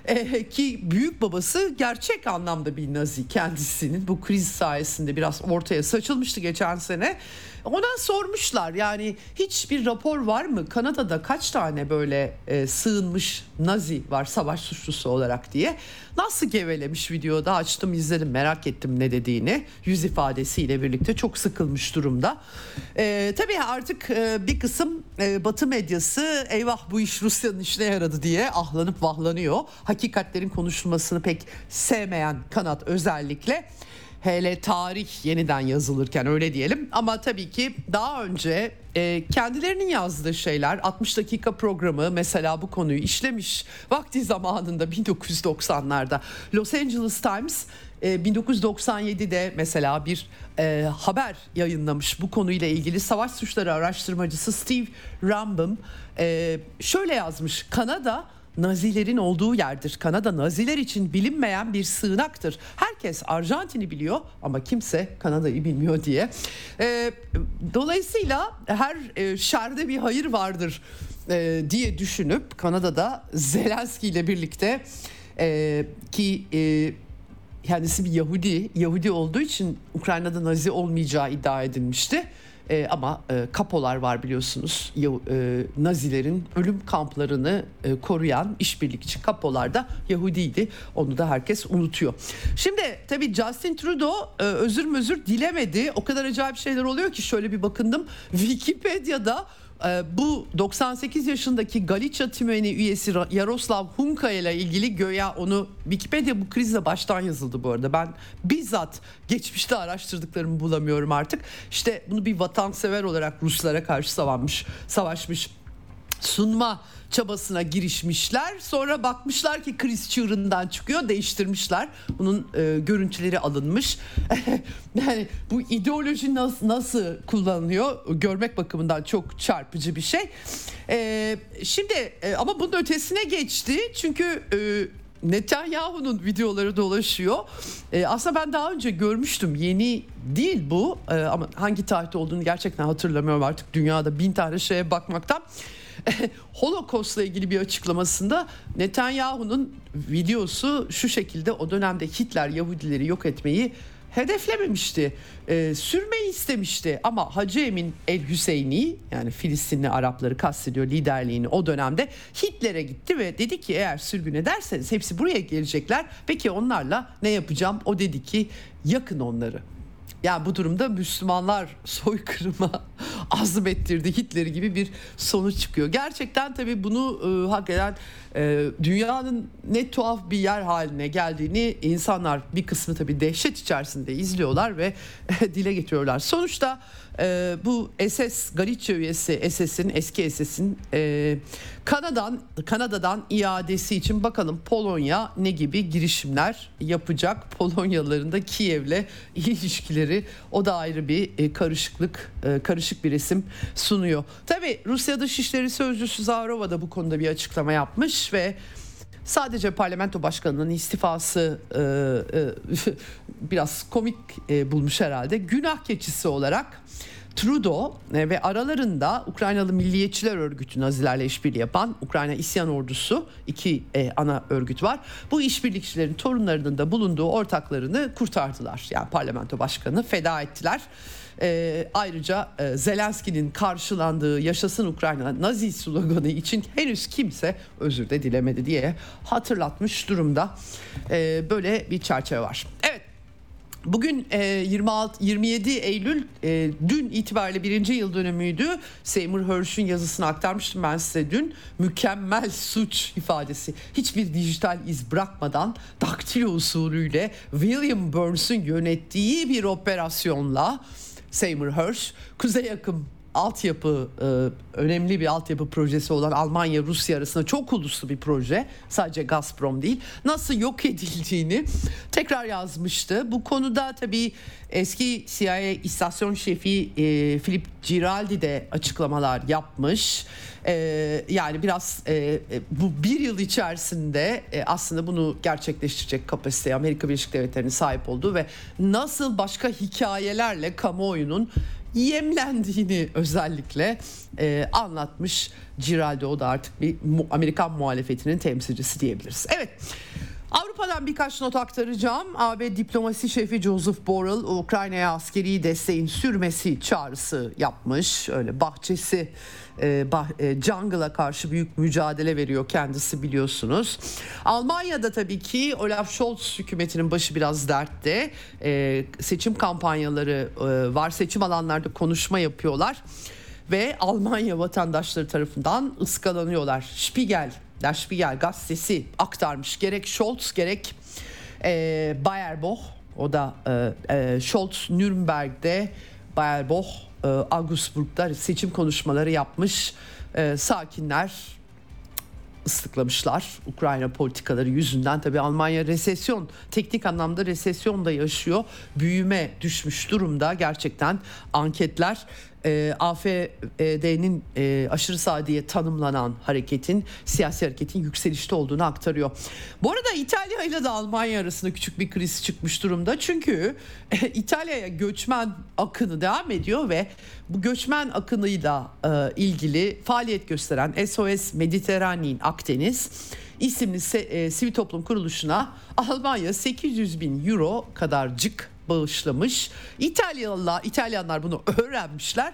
ki büyük babası gerçek anlamda bir Nazi kendisinin, bu kriz sayesinde biraz ortaya saçılmıştı geçen sene. Ona sormuşlar, yani hiçbir rapor var mı Kanada'da kaç tane böyle sığınmış Nazi var savaş suçlusu olarak diye. Nasıl gevelemiş, videoda açtım izledim, merak ettim ne dediğini. Yüz ifadesiyle birlikte çok sıkılmış durumda. Tabii artık bir kısım Batı medyası eyvah bu iş Rusya'nın işine yaradı diye ahlanıp vahlanıyor. Hakikatlerin konuşulmasını pek sevmeyen kanat özellikle. Hele tarih yeniden yazılırken, öyle diyelim. Ama tabii ki daha önce kendilerinin yazdığı şeyler, 60 dakika programı mesela bu konuyu işlemiş vakti zamanında 1990'larda. Los Angeles Times 1997'de mesela bir haber yayınlamış bu konuyla ilgili. Savaş suçları araştırmacısı Steve Rambam şöyle yazmış: Kanada Nazilerin olduğu yerdir. Kanada Naziler için bilinmeyen bir sığınaktır. Herkes Arjantin'i biliyor ama kimse Kanada'yı bilmiyor diye. Dolayısıyla her şerde bir hayır vardır diye düşünüp Kanada'da Zelenski ile birlikte ki kendisi bir Yahudi olduğu için Ukrayna'da Nazi olmayacağı iddia edilmişti. Ama kapolar var biliyorsunuz. Nazilerin ölüm kamplarını koruyan işbirlikçi kapolar da Yahudiydi. Onu da herkes unutuyor. Şimdi tabii Justin Trudeau özür dilemedi. O kadar acayip şeyler oluyor ki şöyle bir bakındım. Wikipedia'da bu 98 yaşındaki Galicia Tümeni üyesi Yaroslav Hunka ile ilgili göya onu Wikipedia bu krizle baştan yazıldı bu arada. Ben bizzat geçmişte araştırdıklarımı bulamıyorum artık. İşte bunu bir vatansever olarak Ruslara karşı savaşmış sunma çabasına girişmişler. Sonra bakmışlar ki kriz çığırından çıkıyor, değiştirmişler. Bunun görüntüleri alınmış. Yani bu ideoloji nasıl kullanılıyor görmek bakımından çok çarpıcı bir şey. Şimdi ama bunun ötesine geçti. Çünkü Netanyahu'nun videoları dolaşıyor. Aslında ben daha önce görmüştüm. Yeni değil bu. Ama hangi tarihte olduğunu gerçekten hatırlamıyorum artık. Dünyada 1000 tane şeye bakmaktan. Holocaust'la ilgili bir açıklamasında Netanyahu'nun videosu şu şekilde: o dönemde Hitler Yahudileri yok etmeyi hedeflememişti. Sürmeyi istemişti ama Hacı Emin El Hüseyni, yani Filistinli Arapları kastediyor, liderliğini o dönemde Hitler'e gitti ve dedi ki eğer sürgün ederseniz hepsi buraya gelecekler. Peki onlarla ne yapacağım? O dedi ki yakın onları. Yani bu durumda Müslümanlar soykırıma azmettirdi Hitler'i gibi bir sonuç çıkıyor. Gerçekten tabii bunu hakikaten dünyanın ne tuhaf bir yer haline geldiğini insanlar bir kısmı tabii dehşet içerisinde izliyorlar ve dile getiriyorlar. Sonuçta bu SS Galicia üyesi eski SS'in Kanada'dan iadesi için bakalım Polonya ne gibi girişimler yapacak? Polonyalıların da Kiev'le ilişkileri, o da ayrı bir karışık bir resim sunuyor. Tabii Rusya Dışişleri Sözcüsü Zaharova da bu konuda bir açıklama yapmış ve sadece parlamento başkanının istifası biraz komik bulmuş herhalde. Günah keçisi olarak Trudeau ve aralarında Ukraynalı Milliyetçiler Örgütü, Nazilerle işbirliği yapan Ukrayna İsyan Ordusu, iki ana örgüt var. Bu işbirlikçilerin torunlarının da bulunduğu ortaklarını kurtardılar. Yani parlamento başkanı feda ettiler. Ayrıca Zelenski'nin karşılandığı "Yaşasın Ukrayna" Nazi sloganı için henüz kimse özür de dilemedi diye hatırlatmış durumda. Böyle bir çerçeve var. Evet. Bugün 27 Eylül dün itibariyle 1. yıl dönümüydü. Seymour Hersh'ün yazısını aktarmıştım ben size dün. Mükemmel suç ifadesi. Hiçbir dijital iz bırakmadan daktilo usulüyle William Burns'ün yönettiği bir operasyonla Seymour Hersh kuzey akım önemli bir altyapı projesi olan Almanya-Rusya arasında çok uluslu bir proje, sadece Gazprom değil, nasıl yok edildiğini tekrar yazmıştı. Bu konuda tabii eski CIA istasyon şefi Philip Giraldi de açıklamalar yapmış. Yani biraz bu bir yıl içerisinde aslında bunu gerçekleştirecek kapasiteye Amerika Birleşik Devletleri'nin sahip olduğu ve nasıl başka hikayelerle kamuoyunun yemlendiğini özellikle anlatmış Giraldi. O da artık bir Amerikan muhalefetinin temsilcisi diyebiliriz. Evet, Avrupa'dan birkaç not aktaracağım. AB diplomasi şefi Joseph Borrell Ukrayna'ya askeri desteğin sürmesi çağrısı yapmış. Öyle bahçesi jungle'a karşı büyük mücadele veriyor kendisi, biliyorsunuz. Almanya'da tabii ki Olaf Scholz hükümetinin başı biraz dertte. Seçim kampanyaları var. Seçim alanlarda konuşma yapıyorlar. Ve Almanya vatandaşları tarafından ıskalanıyorlar. Der Spiegel gazetesi aktarmış. Gerek Scholz gerek Baerbock, o da Scholz Nürnberg'de, Baerbock Augsburg'da seçim konuşmaları yapmış. Sakinler ıslıklamışlar Ukrayna politikaları yüzünden. Tabii Almanya teknik anlamda resesyon da yaşıyor. Büyüme düşmüş durumda. Gerçekten anketler AFD'nin aşırı sağ diye tanımlanan siyasi hareketin yükselişte olduğunu aktarıyor. Bu arada İtalya ile de Almanya arasında küçük bir kriz çıkmış durumda. Çünkü İtalya'ya göçmen akını devam ediyor ve bu göçmen akınıyla ilgili faaliyet gösteren SOS Mediterranean Akdeniz isimli sivil toplum kuruluşuna Almanya 800 bin euro kadarcık bağışlamış. İtalyanlar bunu öğrenmişler.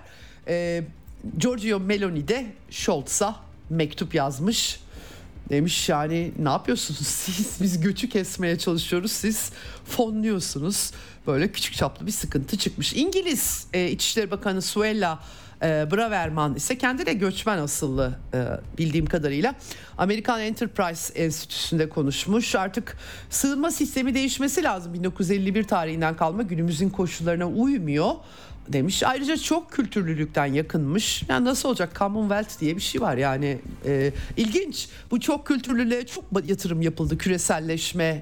Giorgio Meloni de Scholz'a mektup yazmış. Demiş yani ne yapıyorsunuz siz? Biz göçü kesmeye çalışıyoruz. Siz fonluyorsunuz. Böyle küçük çaplı bir sıkıntı çıkmış. İngiliz İçişleri Bakanı Suella Braverman ise kendi de göçmen asıllı bildiğim kadarıyla Amerikan Enterprise Enstitüsü'nde konuşmuş. Artık sığınma sistemi değişmesi lazım. 1951 tarihinden kalma günümüzün koşullarına uymuyor demiş. Ayrıca çok kültürlülükten yakınmış. Yani nasıl olacak? Commonwealth diye bir şey var yani ilginç. Bu çok kültürlülüğe çok yatırım yapıldı. Küreselleşme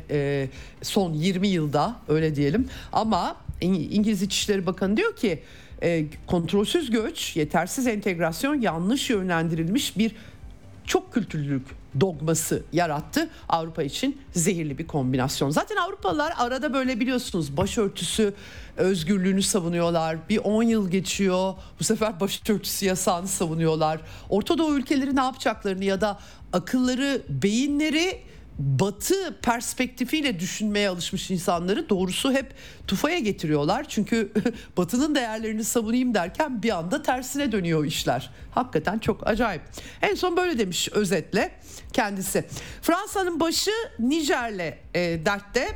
son 20 yılda öyle diyelim. Ama İngiliz İçişleri Bakanı diyor ki kontrolsüz göç, yetersiz entegrasyon, yanlış yönlendirilmiş bir çok kültürlülük dogması yarattı. Avrupa için zehirli bir kombinasyon. Zaten Avrupalılar arada böyle biliyorsunuz başörtüsü özgürlüğünü savunuyorlar. Bir 10 yıl geçiyor. Bu sefer başörtüsü yasağını savunuyorlar. Orta Doğu ülkeleri ne yapacaklarını ya da akılları, beyinleri Batı perspektifiyle düşünmeye alışmış insanları doğrusu hep tufaya getiriyorlar. Çünkü Batı'nın değerlerini savunayım derken bir anda tersine dönüyor işler. Hakikaten çok acayip. En son böyle demiş özetle kendisi. Fransa'nın başı Nijer'le dertte.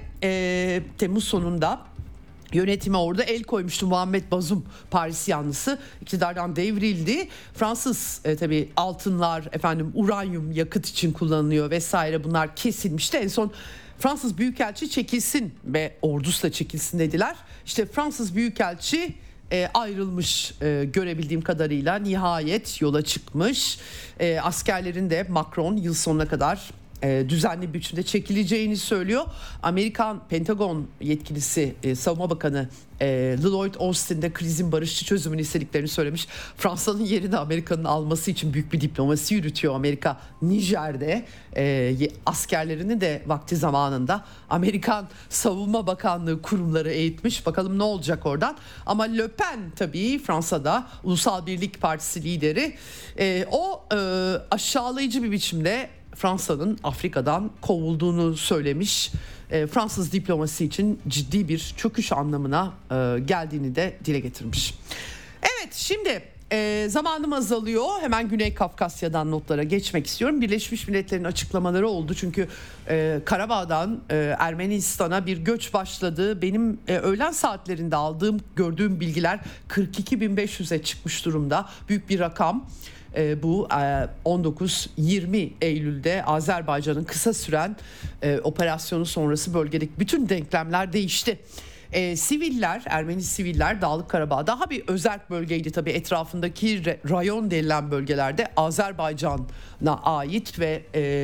Temmuz sonunda yönetime orada el koymuştu Muhammed Bazoum, Paris yanlısı, iktidardan devrildi. Fransız tabii altınlar, uranyum yakıt için kullanılıyor vesaire, bunlar kesilmişti. En son Fransız Büyükelçi çekilsin ve ordusu da çekilsin dediler. İşte Fransız Büyükelçi ayrılmış görebildiğim kadarıyla, nihayet yola çıkmış. Askerlerin de Macron yıl sonuna kadar düzenli bir biçimde çekileceğini söylüyor. Amerikan Pentagon yetkilisi Savunma Bakanı Lloyd Austin de krizin barışçı çözümünü istediklerini söylemiş. Fransa'nın yerini Amerika'nın alması için büyük bir diplomasi yürütüyor Amerika Nijer'de. Askerlerini de vakti zamanında Amerikan Savunma Bakanlığı kurumları eğitmiş. Bakalım ne olacak oradan. Ama Le Pen tabii Fransa'da Ulusal Birlik Partisi lideri. O aşağılayıcı bir biçimde Fransa'nın Afrika'dan kovulduğunu söylemiş. Fransız diplomasi için ciddi bir çöküş anlamına geldiğini de dile getirmiş. Evet, şimdi zamanım azalıyor. Hemen Güney Kafkasya'dan notlara geçmek istiyorum. Birleşmiş Milletler'in açıklamaları oldu. Çünkü Karabağ'dan Ermenistan'a bir göç başladı. Benim öğlen saatlerinde gördüğüm bilgiler 42.500'e çıkmış durumda. Büyük bir rakam. Bu 19-20 Eylül'de Azerbaycan'ın kısa süren operasyonu sonrası bölgedeki bütün denklemler değişti. Siviller, Ermeni siviller Dağlık Karabağ daha bir özerk bölgeydi tabii, etrafındaki rayon denilen bölgelerde Azerbaycan'a ait ve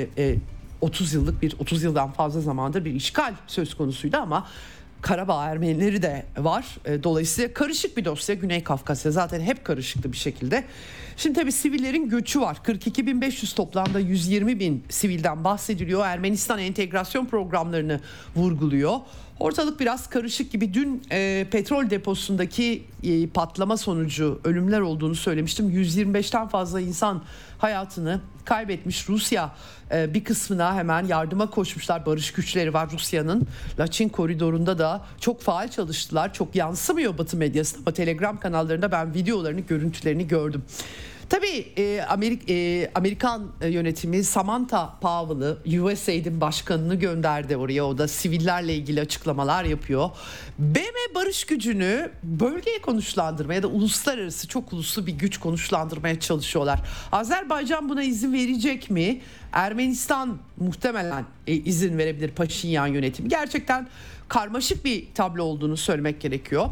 30 yıldan fazla zamandır bir işgal söz konusuydu ama Karabağ Ermenileri de var. Dolayısıyla karışık bir dosya Güney Kafkasya, zaten hep karışıktı bir şekilde. Şimdi tabii sivillerin göçü var. 42.500 toplamda 120.000 sivilden bahsediliyor. Ermenistan entegrasyon programlarını vurguluyor. Ortalık biraz karışık gibi. Dün petrol deposundaki patlama sonucu ölümler olduğunu söylemiştim. 125'ten fazla insan hayatını kaybetmiş. Rusya bir kısmına hemen yardıma koşmuşlar. Barış güçleri var Rusya'nın. Laçin koridorunda da çok faal çalıştılar. Çok yansımıyor Batı medyasında ama Telegram kanallarında ben videolarını, görüntülerini gördüm. Tabii Amerikan yönetimi Samantha Powell'ı, USAID'in başkanını gönderdi oraya. O da sivillerle ilgili açıklamalar yapıyor. BM barış gücünü bölgeye konuşlandırmaya ya da uluslararası çok uluslu bir güç konuşlandırmaya çalışıyorlar. Azerbaycan buna izin verecek mi? Ermenistan muhtemelen izin verebilir, Paşinyan yönetimi. Gerçekten karmaşık bir tablo olduğunu söylemek gerekiyor.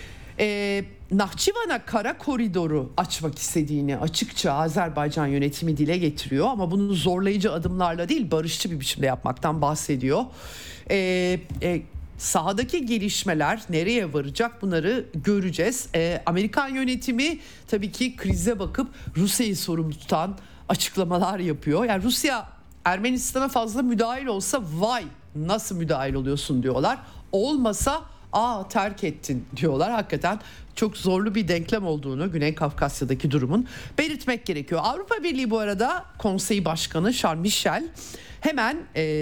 Nahçıvan'a kara koridoru açmak istediğini açıkça Azerbaycan yönetimi dile getiriyor ama bunu zorlayıcı adımlarla değil, barışçı bir biçimde yapmaktan bahsediyor. sahadaki gelişmeler nereye varacak, bunları göreceğiz. Amerikan yönetimi tabii ki krize bakıp Rusya'yı sorumlu tutan açıklamalar yapıyor. Yani Rusya Ermenistan'a fazla müdahil olsa vay nasıl müdahil oluyorsun diyorlar. Olmasa terk ettin diyorlar. Hakikaten çok zorlu bir denklem olduğunu Güney Kafkasya'daki durumun belirtmek gerekiyor. Avrupa Birliği bu arada Konseyi Başkanı Charles Michel hemen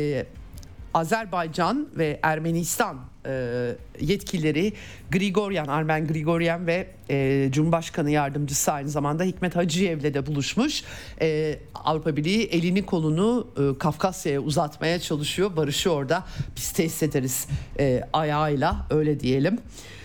Azerbaycan ve Ermenistan yetkilileri Armen Grigoryan ve Cumhurbaşkanı Yardımcısı aynı zamanda Hikmet Hacıyev'le de buluşmuş. Avrupa Birliği elini kolunu Kafkasya'ya uzatmaya çalışıyor. Barışı orada biz tesis ederiz ayağıyla, öyle diyelim.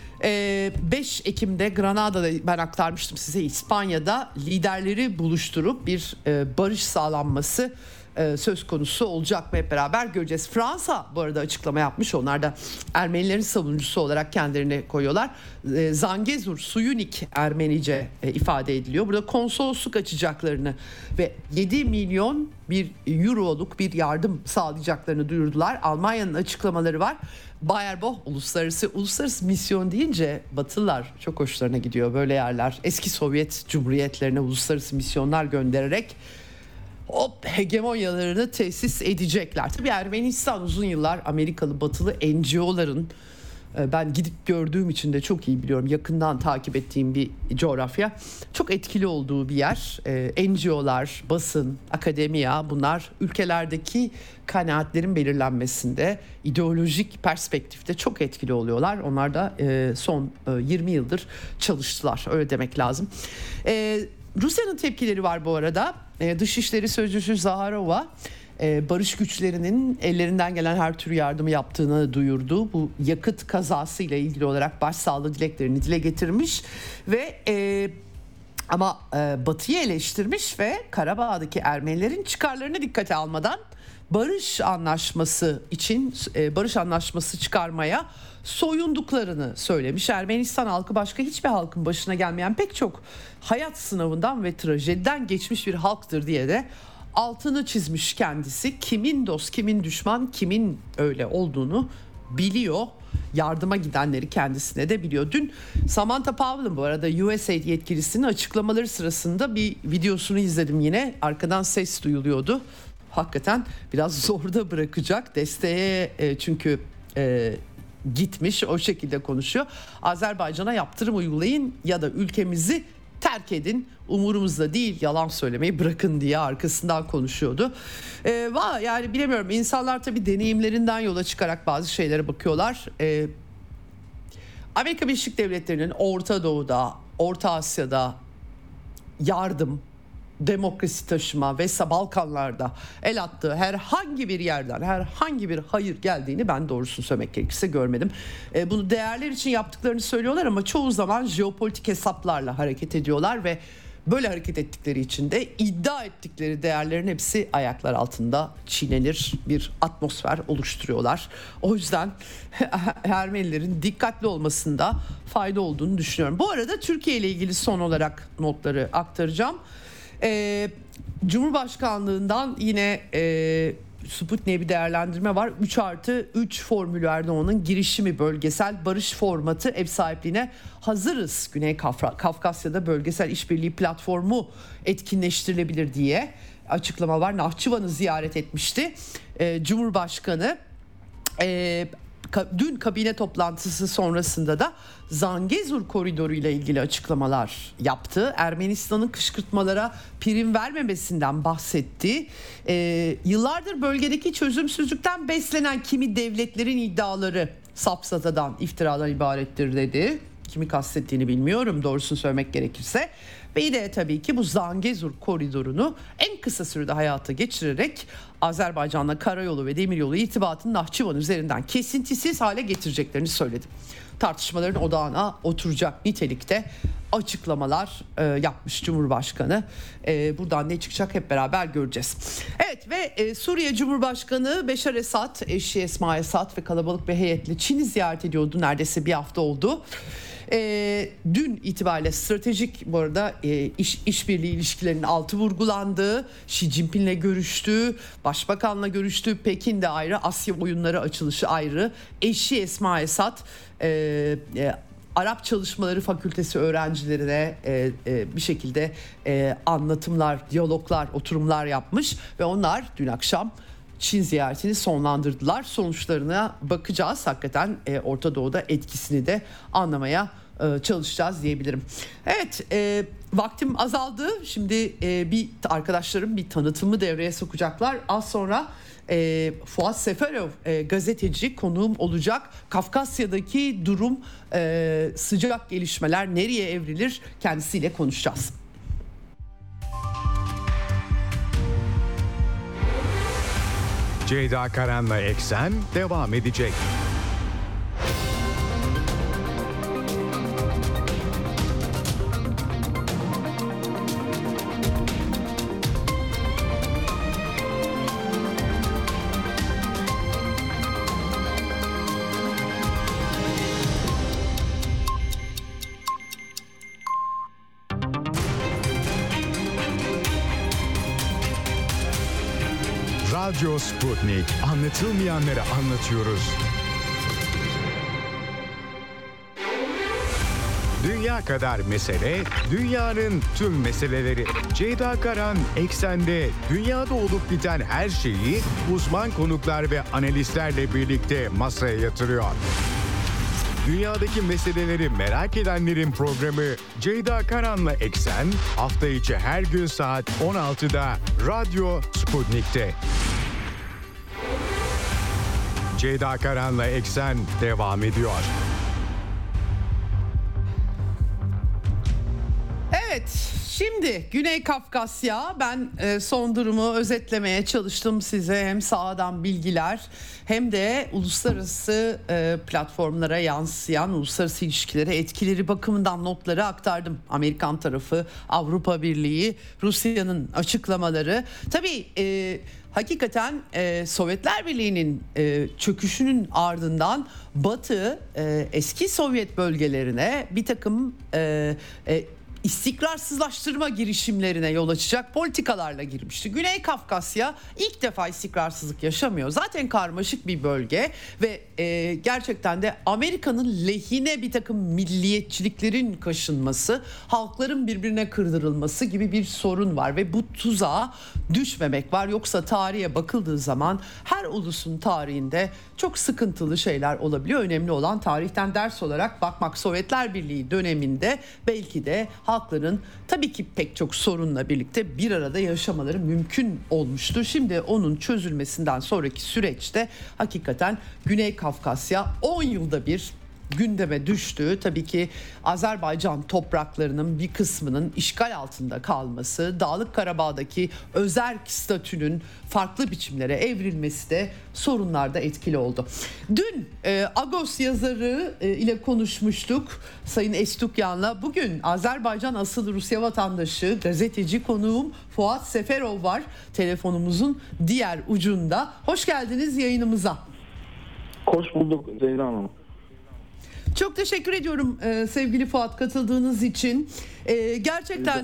5 Ekim'de Granada'da ben aktarmıştım size, İspanya'da liderleri buluşturup bir barış sağlanması söz konusu olacak mı hep beraber göreceğiz. Fransa bu arada açıklama yapmış. Onlar da Ermenilerin savunucusu olarak kendilerini koyuyorlar. Zangezur, Suyunik Ermenice ifade ediliyor. Burada konsolosluk açacaklarını ve 7 milyon bir euroluk bir yardım sağlayacaklarını duyurdular. Almanya'nın açıklamaları var. Bayer-Bock uluslararası misyon deyince Batılılar çok hoşlarına gidiyor böyle yerler. Eski Sovyet Cumhuriyetlerine uluslararası misyonlar göndererek hegemonyalarını tesis edecekler. Tabii Ermenistan uzun yıllar Amerikalı batılı NGO'ların, ben gidip gördüğüm için de çok iyi biliyorum, yakından takip ettiğim bir coğrafya, çok etkili olduğu bir yer. NGO'lar, basın, akademiya, bunlar ülkelerdeki kanaatlerin belirlenmesinde ideolojik perspektifte çok etkili oluyorlar. Onlar da son 20 yıldır çalıştılar, öyle demek lazım. Rusya'nın tepkileri var bu arada. Dışişleri Sözcüsü Zaharova barış güçlerinin ellerinden gelen her tür yardımı yaptığını duyurdu. Bu yakıt kazası ile ilgili olarak başsağlığı dileklerini dile getirmiş ve ama Batı'yı eleştirmiş ve Karabağ'daki Ermenilerin çıkarlarını dikkate almadan barış anlaşması çıkarmaya soyunduklarını söylemiş. Ermenistan halkı başka hiçbir halkın başına gelmeyen pek çok hayat sınavından ve trajediden geçmiş bir halktır diye de altını çizmiş kendisi. Kimin dost, kimin düşman, kimin öyle olduğunu biliyor. Yardıma gidenleri kendisine de biliyor. Dün Samantha Powell'ın bu arada USAID yetkilisinin açıklamaları sırasında bir videosunu izledim yine. Arkadan ses duyuluyordu. Hakikaten biraz zorda bırakacak. Desteğe çünkü gitmiş, o şekilde konuşuyor. Azerbaycan'a yaptırım uygulayın ya da ülkemizi terk edin, umurumuzda değil, yalan söylemeyi bırakın diye arkasından konuşuyordu. Yani bilemiyorum, insanlar tabii deneyimlerinden yola çıkarak bazı şeylere bakıyorlar. Amerika Birleşik Devletleri'nin Orta Doğu'da, Orta Asya'da yardım, demokrasi taşıma ve Balkanlarda el attığı herhangi bir yerden herhangi bir hayır geldiğini ben doğrusunu söylemek gerekirse görmedim. Bunu değerler için yaptıklarını söylüyorlar ama çoğu zaman jeopolitik hesaplarla hareket ediyorlar ve böyle hareket ettikleri için de iddia ettikleri değerlerin hepsi ayaklar altında çiğnenir bir atmosfer oluşturuyorlar. O yüzden Ermenilerin dikkatli olmasında fayda olduğunu düşünüyorum. Bu arada Türkiye ile ilgili son olarak notları aktaracağım. Cumhurbaşkanlığından yine Sputnik'e bir değerlendirme var. 3+3 formülü Erdoğan'ın girişimi, bölgesel barış formatı ev sahipliğine hazırız. Güney Kafkasya'da bölgesel işbirliği platformu etkinleştirilebilir diye açıklama var. Nahçıvan'ı ziyaret etmişti Cumhurbaşkanı. Dün kabine toplantısı sonrasında da Zangezur koridoru ile ilgili açıklamalar yaptı. Ermenistan'ın kışkırtmalara prim vermemesinden bahsetti. Yıllardır bölgedeki çözümsüzlükten beslenen kimi devletlerin iddiaları safsatadan, iftiradan ibarettir dedi. Kimi kastettiğini bilmiyorum doğrusunu söylemek gerekirse. Ve yine tabii ki bu Zangezur koridorunu en kısa sürede hayata geçirerek Azerbaycan'la karayolu ve demiryolu irtibatını Nahçıvan üzerinden kesintisiz hale getireceklerini söyledi. Tartışmaların odağına oturacak nitelikte açıklamalar yapmış Cumhurbaşkanı. Buradan ne çıkacak hep beraber göreceğiz. Evet ve Suriye Cumhurbaşkanı Beşar Esad, eşi Esma Esad ve kalabalık bir heyetle Çin'i ziyaret ediyordu. Neredeyse bir hafta oldu. Dün itibariyle stratejik bu arada işbirliği ilişkilerinin altı vurgulandığı, Xi Jinping'le görüştü, Başbakan'la görüştü, Pekin'de ayrı, Asya oyunları açılışı ayrı, eşi Esma Esat Arap Çalışmaları Fakültesi öğrencilerine bir şekilde anlatımlar, diyaloglar, oturumlar yapmış ve onlar dün akşam Çin ziyaretini sonlandırdılar. Sonuçlarına bakacağız. Hakikaten Orta Doğu'da etkisini de anlamaya çalışacağız diyebilirim. Evet, vaktim azaldı. Şimdi bir arkadaşlarım bir tanıtımı devreye sokacaklar. Az sonra Fuat Seferov gazeteci konuğum olacak. Kafkasya'daki durum, sıcak gelişmeler nereye evrilir, kendisiyle konuşacağız. Ceyda Karan'la Eksen devam edecek. Radyo Sputnik. Anlatılmayanları anlatıyoruz. Dünya kadar mesele, dünyanın tüm meseleleri. Ceyda Karan Eksen'de dünyada olup biten her şeyi uzman konuklar ve analistlerle birlikte masaya yatırıyor. Dünyadaki meseleleri merak edenlerin programı Ceyda Karan'la Eksen hafta içi her gün saat 16'da Radyo Sputnik'te. Ceyda Karan'la Eksen devam ediyor. Evet, şimdi Güney Kafkasya, ben son durumu özetlemeye çalıştım size, hem sahadan bilgiler hem de uluslararası platformlara yansıyan uluslararası ilişkilere etkileri bakımından notları aktardım. Amerikan tarafı, Avrupa Birliği, Rusya'nın açıklamaları. Tabii hakikaten Sovyetler Birliği'nin çöküşünün ardından Batı eski Sovyet bölgelerine bir takım istikrarsızlaştırma girişimlerine yol açacak politikalarla girmişti. Güney Kafkasya ilk defa istikrarsızlık yaşamıyor. Zaten karmaşık bir bölge ve gerçekten de Amerika'nın lehine bir takım milliyetçiliklerin kaşınması, halkların birbirine kırdırılması gibi bir sorun var ve bu tuzağa düşmemek var. Yoksa tarihe bakıldığı zaman her ulusun tarihinde çok sıkıntılı şeyler olabiliyor. Önemli olan tarihten ders olarak bakmak. Sovyetler Birliği döneminde belki de halkların tabii ki pek çok sorunla birlikte bir arada yaşamaları mümkün olmuştur. Şimdi onun çözülmesinden sonraki süreçte hakikaten Güney Kafkasya 10 yılda bir gündeme düştü. Tabii ki Azerbaycan topraklarının bir kısmının işgal altında kalması, Dağlık Karabağ'daki özerk statünün farklı biçimlere evrilmesi de sorunlarda etkili oldu. Dün Agos yazarı ile konuşmuştuk Sayın Estukyan'la. Bugün Azerbaycan asıllı Rusya vatandaşı gazeteci konuğum Fuat Seferov var telefonumuzun diğer ucunda. Hoş geldiniz yayınımıza. Hoş bulduk Zehra Hanım. Çok teşekkür ediyorum sevgili Fuat katıldığınız için. Gerçekten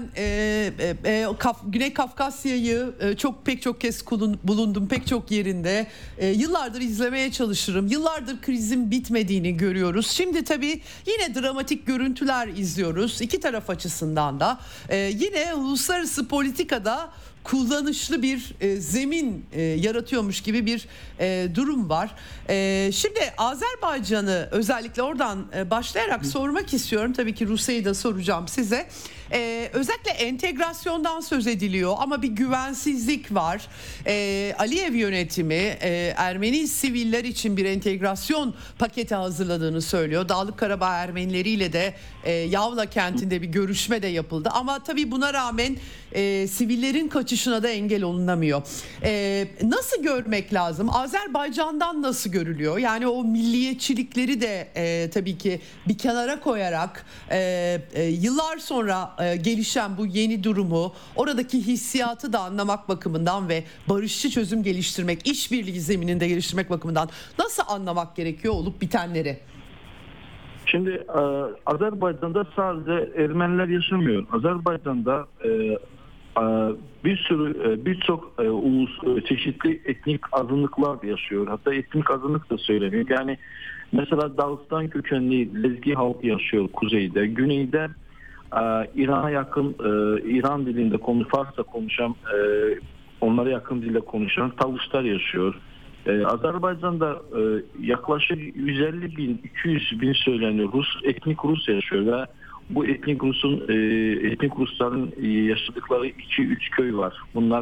Güney Kafkasya'yı pek çok kez bulundum, pek çok yerinde. Yıllardır izlemeye çalışırım. Yıllardır krizin bitmediğini görüyoruz. Şimdi tabii yine dramatik görüntüler izliyoruz. İki taraf açısından da. Yine uluslararası politikada kullanışlı bir zemin yaratıyormuş gibi bir durum var. Şimdi Azerbaycan'ı özellikle oradan başlayarak sormak istiyorum. Tabii ki Rusya'yı da soracağım size. Özellikle entegrasyondan söz ediliyor ama bir güvensizlik var. Aliyev yönetimi Ermeni siviller için bir entegrasyon paketi hazırladığını söylüyor. Dağlık Karabağ Ermenileriyle de Yavla kentinde bir görüşme de yapıldı. Ama tabii buna rağmen sivillerin kaçışına da engel olunamıyor. Nasıl görmek lazım? Azerbaycan'dan nasıl görülüyor? Yani o milliyetçilikleri de tabii ki bir kenara koyarak yıllar sonra gelişen bu yeni durumu, oradaki hissiyatı da anlamak bakımından ve barışçı çözüm geliştirmek, işbirliği zemininde geliştirmek bakımından nasıl anlamak gerekiyor olup bitenleri? Şimdi Azerbaycan'da sadece Ermeniler yaşamıyor. Azerbaycan'da birçok çeşitli etnik azınlıklar yaşıyor. Hatta etnik azınlık da söyleniyor. Yani mesela Dağıstan kökenli Lezgi halkı yaşıyor kuzeyde. Güneyde İran'a yakın İran dilinde Farsça konuşan onlara yakın dilde konuşan Tavuşlar yaşıyor. Azerbaycan'da yaklaşık 150 bin, 200 bin söyleniyor. Etnik Rus yaşıyor ve bu etnik Rusların yaşadıkları 2-3 köy var.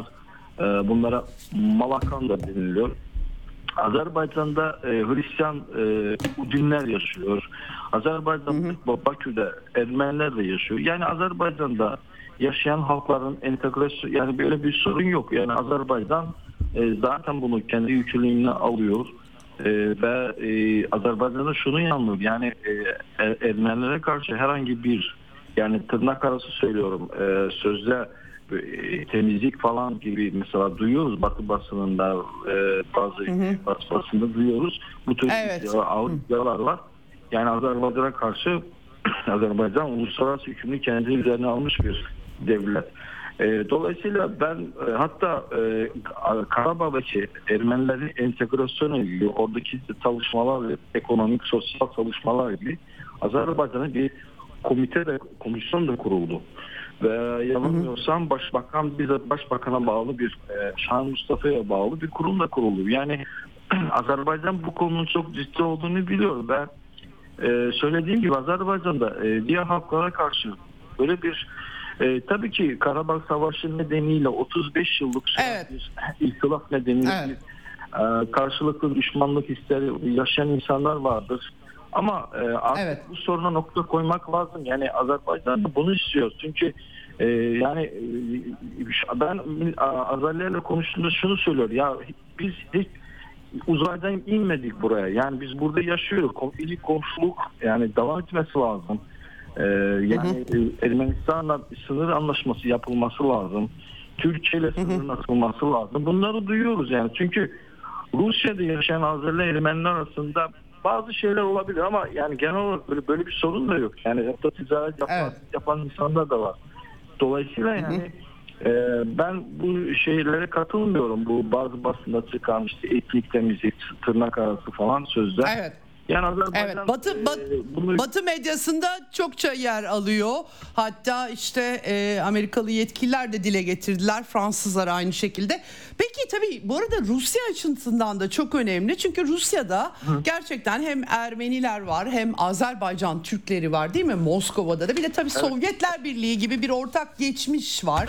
Bunlara Malakan da deniliyor. Azerbaycan'da Hristiyan dinler yaşıyor. Azerbaycan'da Bakü'de Ermeniler de yaşıyor. Yani Azerbaycan'da yaşayan halkların entegrasyonu, yani böyle bir sorun yok. Yani Azerbaycan zaten bunu kendi yükümlülüğüne alıyor. Ve Azerbaycan'da şunu yanılıyor. Yani Ermenilere karşı herhangi bir, yani tırnak arası söylüyorum, sözde temizlik falan gibi mesela duyuyoruz Batı basınında, bazı Batı basında duyuyoruz. Bu tür ağır iddialar var. Yani Azerbaycan'a karşı Azerbaycan uluslararası yükümlülüğü kendi üzerine almış bir devlet. Dolayısıyla ben hatta Karabağ'daki Ermenilerin entegrasyonu ilgili, oradaki çalışmalar, ekonomik, sosyal çalışmalar ilgili Azerbaycan'ın bir komisyon da kuruldu. Ve yanılmıyorsam bizzat başbakana bağlı bir Şahin Mustafa'ya bağlı bir kurum da kuruldu. Yani Azerbaycan bu konunun çok ciddi olduğunu biliyor ve söylediğim gibi Azerbaycan'da diğer halklara karşı böyle bir tabii ki Karabağ Savaşı nedeniyle 35 yıllık bir ihtilaf nedeniyle karşılıklı düşmanlık hisleri yaşayan insanlar vardır. Ama artık bu soruna nokta koymak lazım. Yani Azerbaycan da bunu istiyor. Çünkü yani ben Azerlerle konuştuğumda şunu söylüyor. Ya biz hiç uzaydan inmedik buraya. Yani biz burada yaşıyoruz. Komşuluk yani devam etmesi lazım. Yani Ermenistan'la sınır anlaşması yapılması lazım. Türkiye ile sınırın atılması lazım. Bunları duyuyoruz yani. Çünkü Rusya'da yaşayan Azerler Ermeniler arasında bazı şeyler olabilir ama yani genel olarak böyle bir sorun da yok. Yani hatta ticaret yapan insanlar da var. Dolayısıyla yani ben bu şeylere katılmıyorum. Bu bazı basında çıkan işte etnik temizlik, tırnak arası falan sözler. Evet. Yani Azerbaycan, Batı medyasında çokça yer alıyor. Hatta işte Amerikalı yetkililer de dile getirdiler. Fransızlar aynı şekilde. Peki tabii bu arada Rusya açısından da çok önemli. Çünkü Rusya'da gerçekten hem Ermeniler var hem Azerbaycan Türkleri var değil mi? Moskova'da da bir de tabii Sovyetler Birliği gibi bir ortak geçmiş var.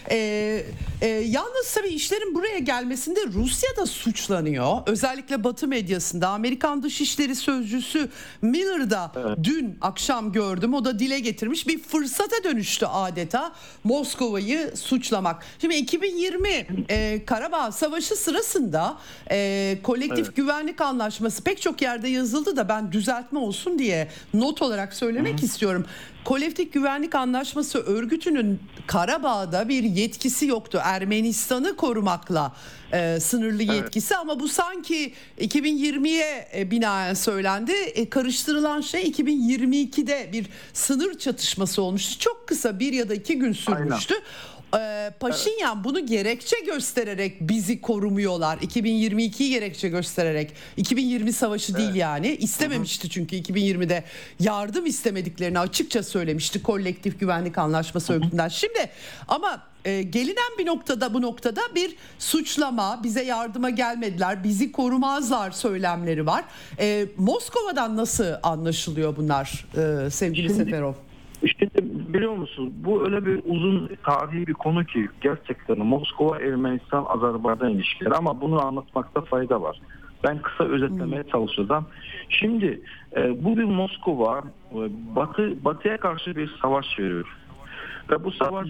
Yalnız tabii işlerin buraya gelmesinde Rusya da suçlanıyor. Özellikle Batı medyasında Amerikan Dışişleri Sözcüsü Miller'da dün akşam gördüm. O da dile getirmiş, bir fırsata dönüştü adeta Moskova'yı suçlamak. Şimdi 2020 Karabağ Savaşı sırasında kolektif güvenlik anlaşması pek çok yerde yazıldı da ben düzeltme olsun diye not olarak söylemek istiyorum. Kolektif Güvenlik Anlaşması örgütünün Karabağ'da bir yetkisi yoktu. Ermenistan'ı korumakla sınırlı yetkisi ama bu sanki 2020'ye binaen söylendi. Karıştırılan şey 2022'de bir sınır çatışması olmuştu. Çok kısa 1 ya da 2 gün sürmüştü. Paşinyan bunu gerekçe göstererek bizi korumuyorlar. 2022'yi gerekçe göstererek. 2020 savaşı değil yani. İstememişti çünkü 2020'de yardım istemediklerini açıkça söylemişti Kolektif Güvenlik Anlaşması örgütünden. Şimdi ama gelinen bir noktada, bu noktada bir suçlama, bize yardıma gelmediler, bizi korumazlar söylemleri var. Moskova'dan nasıl anlaşılıyor bunlar sevgili Seferov? İşte biliyor musun, bu öyle bir uzun tarihi bir konu ki gerçekten Moskova, Ermenistan, Azerbaycan ilişkileri, ama bunu anlatmakta fayda var. Ben kısa özetlemeye çalışacağım. Şimdi bugün Moskova Batı'ya karşı bir savaş veriyor. Ve bu savaş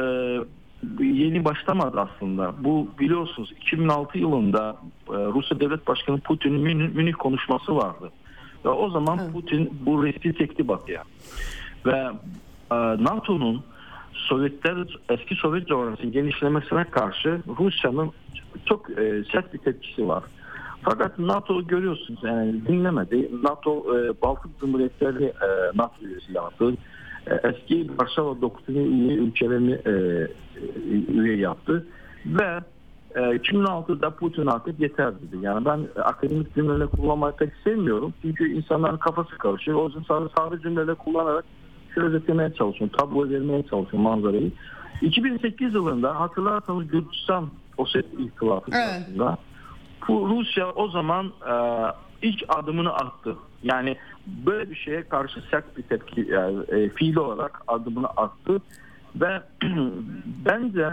yeni başlamadı aslında. Bu biliyorsunuz 2006 yılında Rusya Devlet Başkanı Putin'in Münih konuşması vardı. Ve o zaman Putin bu resmi çekti Batı'ya. Ve NATO'nun eski Sovyet coğrafyasının genişlemesine karşı Rusya'nın çok sert bir tepkisi var. Fakat NATO görüyorsunuz yani dinlemedi. NATO Baltık Cumhuriyetleri NATO üyesi yaptı. Eski Varşova Doktrini ülkelerini üye yaptı ve 2006'da Putin artık yeter dedi. Yani ben akademik cümleler kullanmayı pek sevmiyorum. Çünkü insanların kafası karışıyor. O yüzden sadece cümleler kullanarak özetlemeye çalışıyorum. Tablo vermeye çalışıyorum manzarayı. 2008 yılında hatırlarsanız Gürcistan Ossetya İhtilafı sırasında Rusya o zaman ilk adımını attı. Yani böyle bir şeye karşı sert bir tepki fiil olarak adımını attı ve bence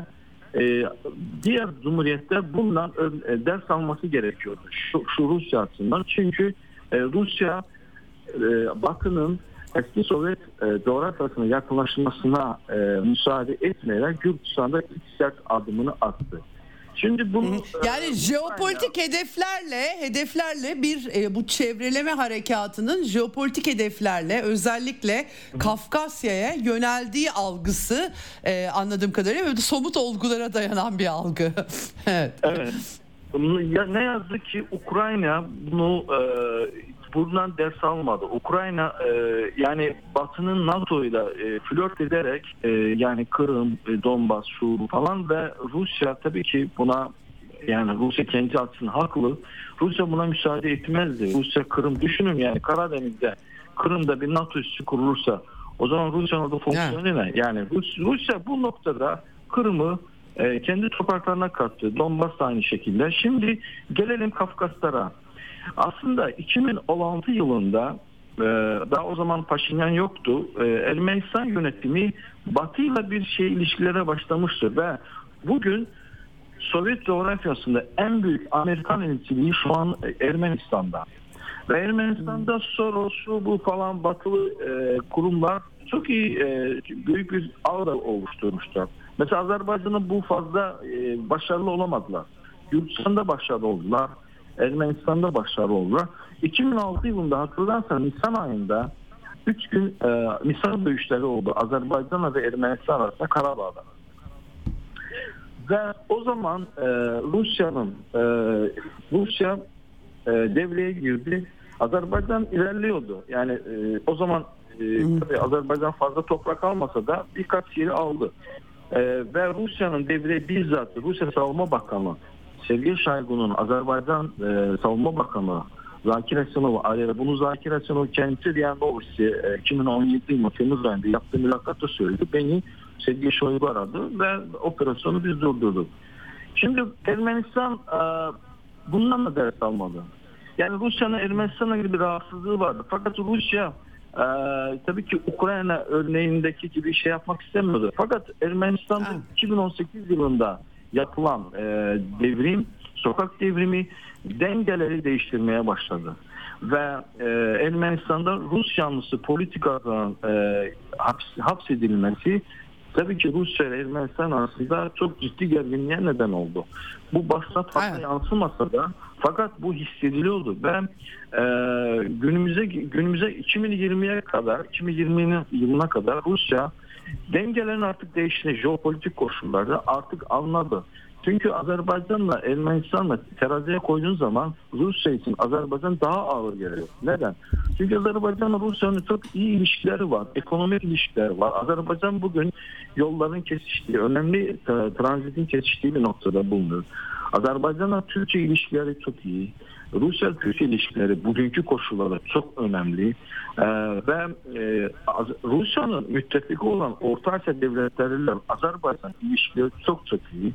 diğer cumhuriyetler bundan ders alması gerekiyordu şu Rusya açısından. Çünkü Rusya Batı'nın eski Sovyet coğrafyasına yaklaşmasına müsaade etmeyerek Gürcistan'da ilk sert adımını attı. Şimdi bunu yani jeopolitik hedeflerle bir bu çevreleme harekatının jeopolitik hedeflerle özellikle Kafkasya'ya yöneldiği algısı anladığım kadarıyla böyle somut olgulara dayanan bir algı. Evet. Ne yazık ki Ukrayna bunu buradan ders almadı. Ukrayna yani Batı'nın NATO ile flört ederek yani Kırım, Donbas, şu falan ve Rusya tabii ki buna yani Rusya kendi açısından haklı. Rusya buna müsaade etmezdi. Rusya Kırım düşünün yani Karadeniz'de Kırım'da bir NATO üssü kurulursa o zaman Rusya'nın orada fonksiyonu ne? Yani Rusya bu noktada Kırım'ı kendi topraklarına kattı. Donbas da aynı şekilde. Şimdi gelelim Kafkaslara. Aslında 2016 yılında daha o zaman Paşinyan yoktu. Ermenistan yönetimi Batı'yla bir ilişkilere başlamıştı ve bugün Sovyet coğrafyasında en büyük Amerikan elçiliği şu an Ermenistan'da. Ve Ermenistan'da Soros, bu falan batılı kurumlar çok iyi büyük bir aura oluşturmuşlar. Mesela Azerbaycan'da bu fazla başarılı olamadılar. Gürcistan'da başarılı oldular. Ermenistan'da başarılı oldular. 2006 yılında hatırlarsan Nisan ayında 3 gün Nisan dövüşleri oldu. Azerbaycan ve Ermenistan arasında Karabağ'da. Ve o zaman Rusya devreye girdi. Azerbaycan ilerliyordu. Yani o zaman tabii Azerbaycan fazla toprak almasa da birkaç yeri aldı. Ve Rusya'nın devreye bizzat Rusya Savunma Bakanı Sergey Shoigu'nun Azerbaycan Savunma Bakanı Zakir Asenov, bunu Zakir Asenov kendisi diyen Novosti 2017 yılı Temmuz ayında yaptığı mülakatta söyledi. Beni Sergey Shoigu aradı ve operasyonu biz durdurduk. Şimdi Ermenistan bundan da ders almadı. Yani Rusya'nın Ermenistan'a gibi bir rahatsızlığı vardı. Fakat Rusya tabii ki Ukrayna örneğindeki gibi şey yapmak istemiyordu. Fakat Ermenistan'da 2018 yılında yapılan devrim, sokak devrimi dengeleri değiştirmeye başladı. Ve Ermenistan'da Rus yanlısı politikadan hapsedilmesi tabii ki Rusya ile Ermenistan arasında çok ciddi gerginliğe neden oldu. Bu başta fazla yansımasa da fakat bu hissediliyordu. Ve günümüze 2020'ye kadar 2020 yılına kadar Rusya dengelerin artık değiştiğini jeopolitik koşullarda artık anladı. Çünkü Azerbaycan'la Ermenistan'la teraziye koyduğun zaman Rusya için Azerbaycan daha ağır geliyor. Neden? Çünkü Azerbaycan'la Rusya'nın çok iyi ilişkileri var. Ekonomik ilişkileri var. Azerbaycan bugün yolların kesiştiği, önemli transitin kesiştiği bir noktada bulunuyor. Azerbaycan'la Türkiye ilişkileri çok iyi. Rusya-Türkiye ilişkileri bugünkü koşullarda çok önemli. Ve Rusya'nın müttefiki olan Orta Asya devletleriyle Azerbaycan ilişkileri çok çok iyi.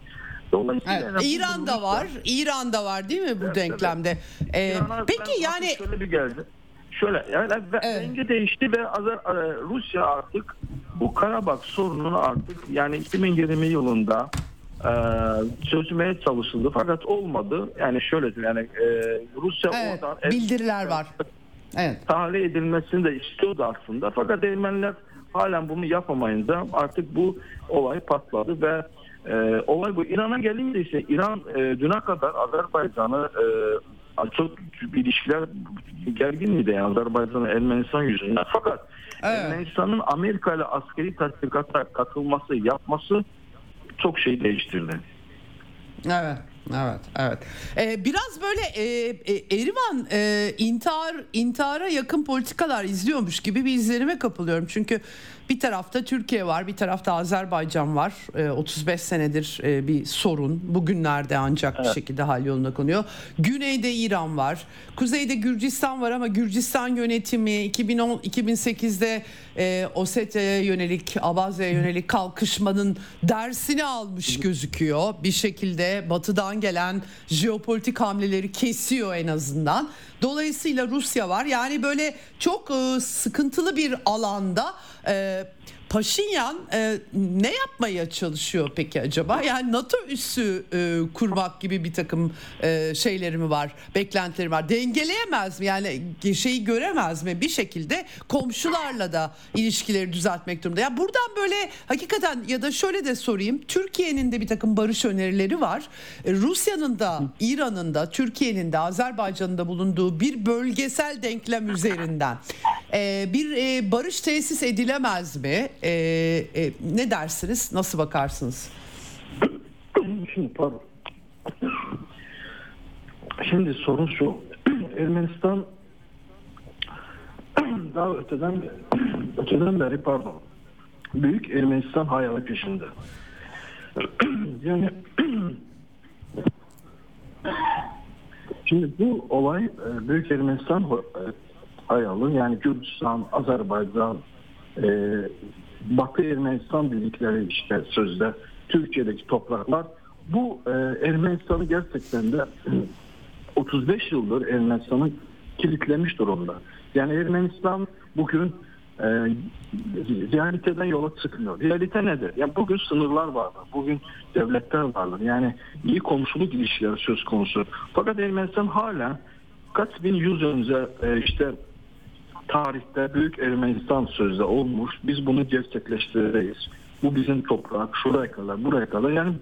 İran'da var değil mi bu denklemde? Peki yani şöyle bir geldi. Rengi değişti ve Rusya artık bu Karabağ sorununu artık yani 2020 yılında çözmeye çalışıldı fakat olmadı. Yani şöyle yani Rusya oradan bildiriler var. Evet. Tahliye edilmesini de istiyordu aslında. Fakat Ermeniler halen bunu yapamayınca artık bu olay patladı ve olay bu. İran'a gelince ise İran düne kadar Azerbaycan'ı çok ilişkiler gerginliydi yani Azerbaycan'ın Ermenistan yüzünden. Fakat Ermenistan'ın Amerika ile askeri tatbikata katılması, yapması çok şey değiştirdi. Evet. Evet, evet. Biraz böyle Erivan intihara yakın politikalar izliyormuş gibi bir izlenime kapılıyorum. Çünkü bir tarafta Türkiye var, bir tarafta Azerbaycan var. 35 senedir bir sorun. Bugünlerde ancak bir şekilde hal yoluna konuyor. Güneyde İran var. Kuzeyde Gürcistan var ama Gürcistan yönetimi 2008'de Ossetya'ya yönelik, Abazya'ya yönelik kalkışmanın dersini almış gözüküyor. Bir şekilde batıdan gelen jeopolitik hamleleri kesiyor en azından. Dolayısıyla Rusya var. Yani böyle çok sıkıntılı bir alanda Paşinyan ne yapmaya çalışıyor peki acaba? Yani NATO üssü kurmak gibi bir takım şeyleri mi var, beklentileri var? Dengeleyemez mi? Yani şeyi göremez mi? Bir şekilde komşularla da ilişkileri düzeltmek durumunda. Yani buradan böyle hakikaten, ya da şöyle de sorayım. Türkiye'nin de bir takım barış önerileri var. Rusya'nın da, İran'ın da, Türkiye'nin de, Azerbaycan'ın da bulunduğu bir bölgesel denklem üzerinden bir barış tesis edilemez mi? Ne dersiniz? Nasıl bakarsınız? Şimdi sorun şu. Ermenistan daha öteden beri Büyük Ermenistan hayali peşinde. Yani şimdi bu olay Büyük Ermenistan hayali, yani Gürcistan, Azerbaycan, Batı Ermenistan birlikleri, işte sözde Türkiye'deki topraklar, bu Ermenistan'ı gerçekten de 35 yıldır Ermenistan'ı kilitlemiş durumda. Yani Ermenistan bugün realiteden yola çıkmıyor. Realite nedir? Yani bugün sınırlar vardır. Bugün devletler vardır. Yani iyi komşuluk ilişkileri söz konusu. Fakat Ermenistan hala kaç bin yüz önce işte tarihte Büyük Ermenistan sözde olmuş. Biz bunu gerçekleştireceğiz. Bu bizim toprak. Şuraya kadar, buraya kadar. Yani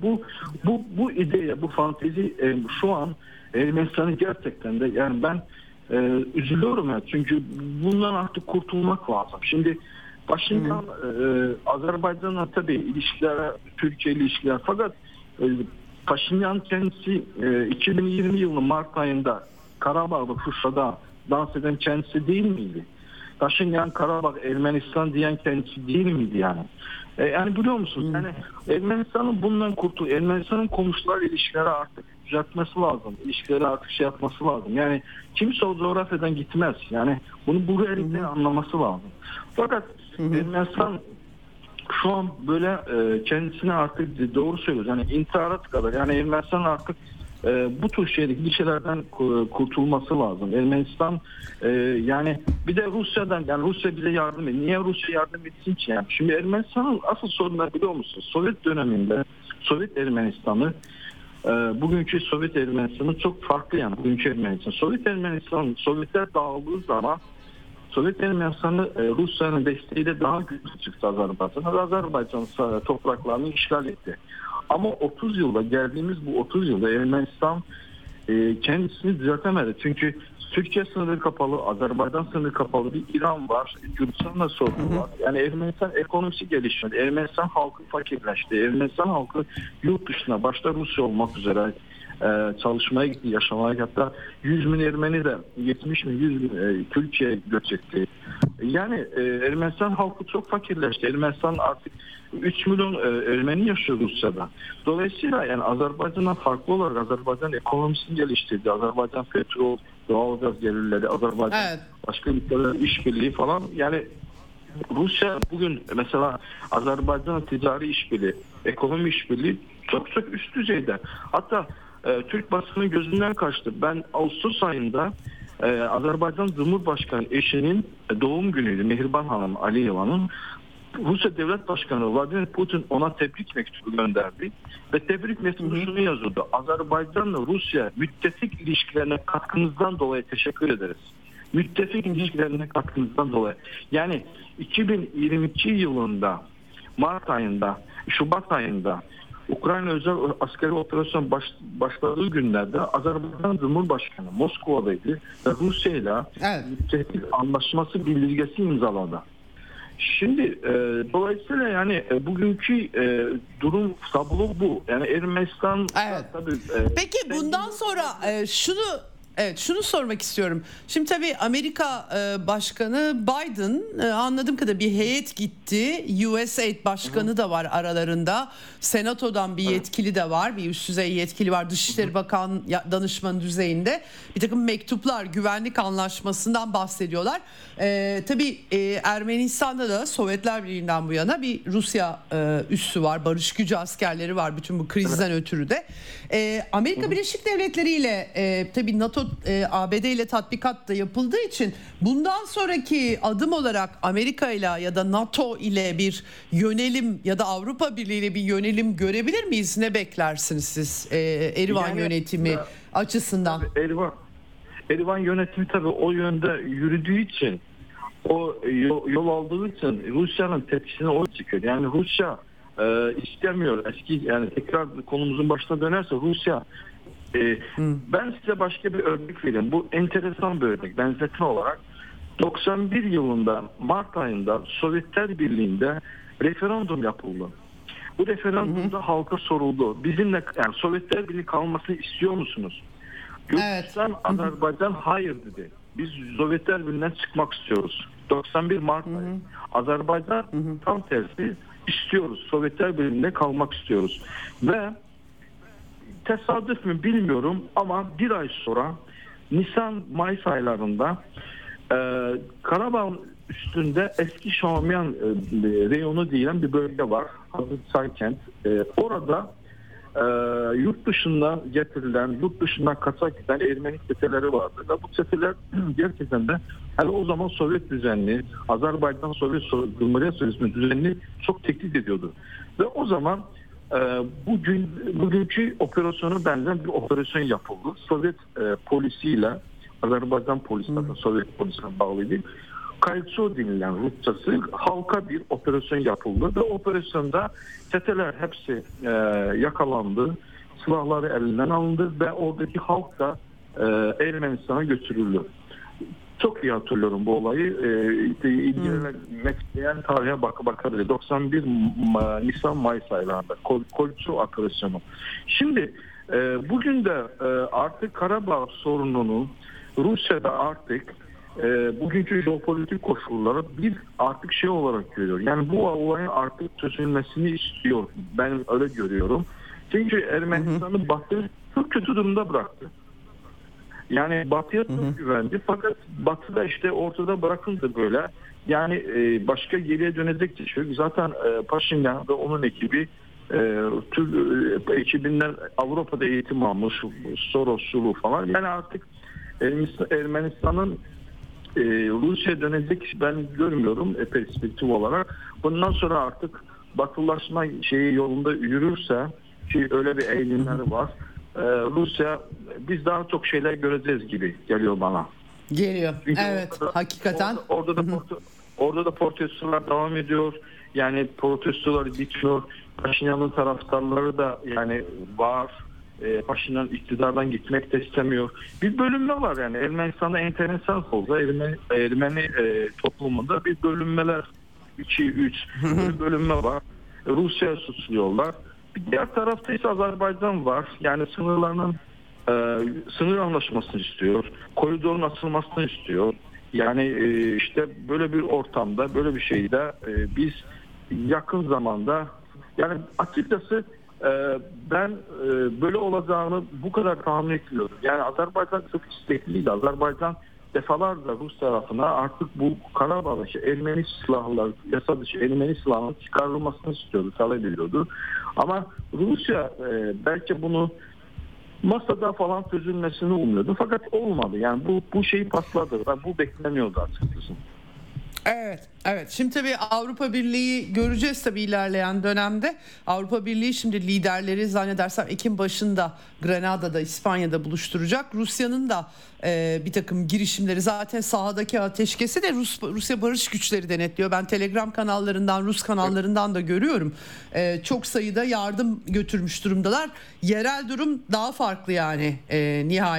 bu ideye, bu fantezi şu an Ermenistan'ı gerçekten de, yani ben üzülüyorum ya. Çünkü bundan artık kurtulmak lazım. Şimdi Paşinyan Azerbaycan'la tabii ilişkiler, Türkiye ilişkiler, fakat Paşinyan kendisi 2020 yılı Mart ayında Karabağ'da, Şuşa'da dans eden kendisi değil miydi? Paşinyan Karabağ Ermenistan diyen kendisi değil miydi yani? Yani biliyor musunuz? Yani Ermenistan'ın bundan Ermenistan'ın komşular ilişkileri artık düzeltmesi lazım. İlişkileri artık yapması lazım. Yani kimse o coğrafyadan gitmez. Yani bu realiteyi anlaması lazım. Fakat Ermenistan şu an böyle kendisine artık, doğru söylüyor, yani intihara kadar, yani Ermenistan artık bu tür şeylerden kurtulması lazım. Ermenistan yani bir de Rusya'dan, yani Rusya bize yardım ediyor. Niye Rusya yardım etsin ki yani? Şimdi Ermenistan'ın asıl sorunları biliyor musunuz? Sovyet döneminde Sovyet Ermenistan'ı bugünkü Sovyet Ermenistan'ı çok farklı yani bugünkü Ermenistan. Sovyetler dağıldığı zaman Sovyet Ermenistan'ı Rusya'nın desteğiyle daha güçlü çıktı Azerbaycan. Azerbaycan topraklarını işgal etti. Ama 30 yılda, geldiğimiz bu 30 yılda Ermenistan kendisini düzeltemedi. Çünkü Türkiye sınırı kapalı, Azerbaycan sınırı kapalı, bir İran var, Gürcistan'la sorun var. Yani Ermenistan ekonomisi gelişmedi. Ermenistan halkı fakirleşti. Ermenistan halkı yurt dışına, başta Rusya olmak üzere çalışmaya gitti, yaşamaya gitti. Hatta 100 bin Ermeni de 70 bin, 100 bin Türkiye'ye göç etti. Yani Ermenistan halkı çok fakirleşti. Ermenistan artık 3 milyon Ermeni yaşıyor Rusya'da. Dolayısıyla yani Azerbaycan'dan farklı olarak Azerbaycan ekonomisini geliştirdi. Azerbaycan petrol, doğalgaz gelirleri, Azerbaycan başka ülkeler işbirliği falan. Yani Rusya bugün mesela Azerbaycan'ın ticari işbirliği, ekonomi işbirliği çok üst düzeyde. Hatta Türk basının gözünden kaçtı. Ben Ağustos ayında Azerbaycan Cumhurbaşkanı eşinin doğum günüydü. Mehriban Hanım Aliyeva'nın. Rusya Devlet Başkanı Vladimir Putin ona tebrik mektubu gönderdi. Ve tebrik mektubu şunu yazıyordu: Azerbaycan'la Rusya müttefik ilişkilerine katkınızdan dolayı teşekkür ederiz. Müttefik ilişkilerine katkınızdan dolayı. Yani 2022 yılında Mart ayında, Şubat ayında Ukrayna özel askeri operasyon başladığı günlerde Azerbaycan Cumhurbaşkanı Moskova'daydı ve Rusya ile müttefik anlaşması bildirgesi imzaladı. Şimdi dolayısıyla yani bugünkü durum tablo bu. Yani Ermenistan Evet. tabii. Peki bundan sonra şunu sormak istiyorum. Şimdi tabii Amerika Başkanı Biden anladığım kadarıyla bir heyet gitti. USAID Başkanı da var aralarında. Senato'dan bir yetkili de var. Bir üst düzey yetkili var. Dışişleri Bakan danışmanı düzeyinde. Bir takım mektuplar, güvenlik anlaşmasından bahsediyorlar. Tabii Ermenistan'da da Sovyetler Birliği'nden bu yana bir Rusya üssü var. Barış gücü askerleri var bütün bu krizden ötürü de. Amerika Birleşik Devletleri ile tabii NATO, ABD ile tatbikat da yapıldığı için bundan sonraki adım olarak Amerika ile ya da NATO ile bir yönelim ya da Avrupa Birliği ile bir yönelim görebilir miyiz? Ne beklersiniz siz Erivan Yani, yönetimi açısından? Erivan yönetimi tabii o yönde yürüdüğü için, o yol aldığı için Rusya'nın tepkisini o çıkıyor. Yani Rusya istemiyor. Eski, yani tekrar konumuzun başına dönerse Rusya, ben size başka bir örnek vereyim. Bu enteresan bir örnek. Benzetme olarak 91 yılında Mart ayında Sovyetler Birliği'nde referandum yapıldı. Bu referandumda halka soruldu. Bizimle, yani Sovyetler Birliği kalmasını istiyor musunuz? Gürcistan, Azerbaycan hayır dedi. Biz Sovyetler Birliği'nden çıkmak istiyoruz. 91 Mart ayı. Azerbaycan tam tersi, istiyoruz. Sovyetler Birliği'nde kalmak istiyoruz. Ve tesadüf mü bilmiyorum ama bir ay sonra Nisan-Mayıs aylarında Karabağ üstünde eski Şamyan reyonu diyen bir bölge var. Adı Saykent. Orada yurt dışından getirilen, yurt dışından kaçak giden Ermeni çeteleri vardı. Ve bu çeteler gerçekten de hele o zaman Sovyet düzenli, Azerbaycan Sovyet Cumhuriyet Sovyeti düzenini çok tehdit ediyordu. Ve o zaman bugünkü operasyonu benzer bir operasyon yapıldı. Sovyet polisiyle, Azerbaycan polisi de Sovyet polisine bağlıydı. Kayıtso denilen Rusçası halka bir operasyon yapıldı ve operasyonda çeteler hepsi yakalandı, silahları elinden alındı ve oradaki halk da Ermenistan'a götürüldü. Çok iyi hatırlıyorum bu olayı. İlgilenmek isteyen tarihe bakabilir. 91 Nisan-Mayıs aylarında Kayıtso operasyonu. Şimdi bugün de artık Karabağ sorununu Rusya'da artık bugünkü jeopolitik koşulları bir artık şey olarak görüyor. Yani bu olayın artık çözülmesini istiyor. Ben öyle görüyorum. Çünkü Ermenistan'ı Batı çok kötü durumda bıraktı. Yani Batı'ya çok güvendi. Fakat Batı da işte ortada bırakıldı böyle. Yani başka geriye dönecek bir şey yok. Zaten Paşinyan ve onun ekibi ekibinden Avrupa'da eğitim almış, Soros'lu falan. Yani artık Ermenistan'ın Rusya'ya dönecek ben görmüyorum perspektif olarak. Bundan sonra artık batılaşma şeyi yolunda yürürse, ki öyle bir eğilimler var, Rusya, biz daha çok şeyler göreceğiz gibi geliyor bana. Geliyor. Çünkü evet, hakikaten. Orada da protestolar devam ediyor. Yani protestolar bitiyor. Paşinyan'ın taraftarları da yani var. Paşinyan iktidardan gitmek de istemiyor. Bir bölünme var yani. Ermenistan'da enteresan oldu. Ermeni toplumunda bir bölünmeler 2-3 bir bölünme var. Rusya'ya suçluyorlar. Bir diğer tarafta ise Azerbaycan var. Yani sınır anlaşmasını istiyor. Koridorun açılmasını istiyor. Yani işte böyle bir ortamda, böyle bir şeyde biz yakın zamanda, yani açıkçası ben böyle olacağını bu kadar tahmin etmiyordum. Yani Azerbaycan çok istekliydi. Azerbaycan defalarca Rus tarafına artık bu Karabağ'daki Ermeni silahlar, yasa dışı Ermeni silahının çıkarılmasını istiyordu, talep ediyordu. Ama Rusya belki bunu masada falan çözülmesini umuyordu. Fakat olmadı. Yani bu şeyi patladı. Bu bekleniyordu açıkçası. Evet. Şimdi tabii Avrupa Birliği göreceğiz tabii ilerleyen dönemde. Avrupa Birliği şimdi liderleri zannedersem Ekim başında Granada'da, İspanya'da buluşturacak. Rusya'nın da bir takım girişimleri, zaten sahadaki ateşkesi de Rusya barış güçleri denetliyor. Ben Telegram kanallarından, Rus kanallarından da görüyorum. Çok sayıda yardım götürmüş durumdalar. Yerel durum daha farklı yani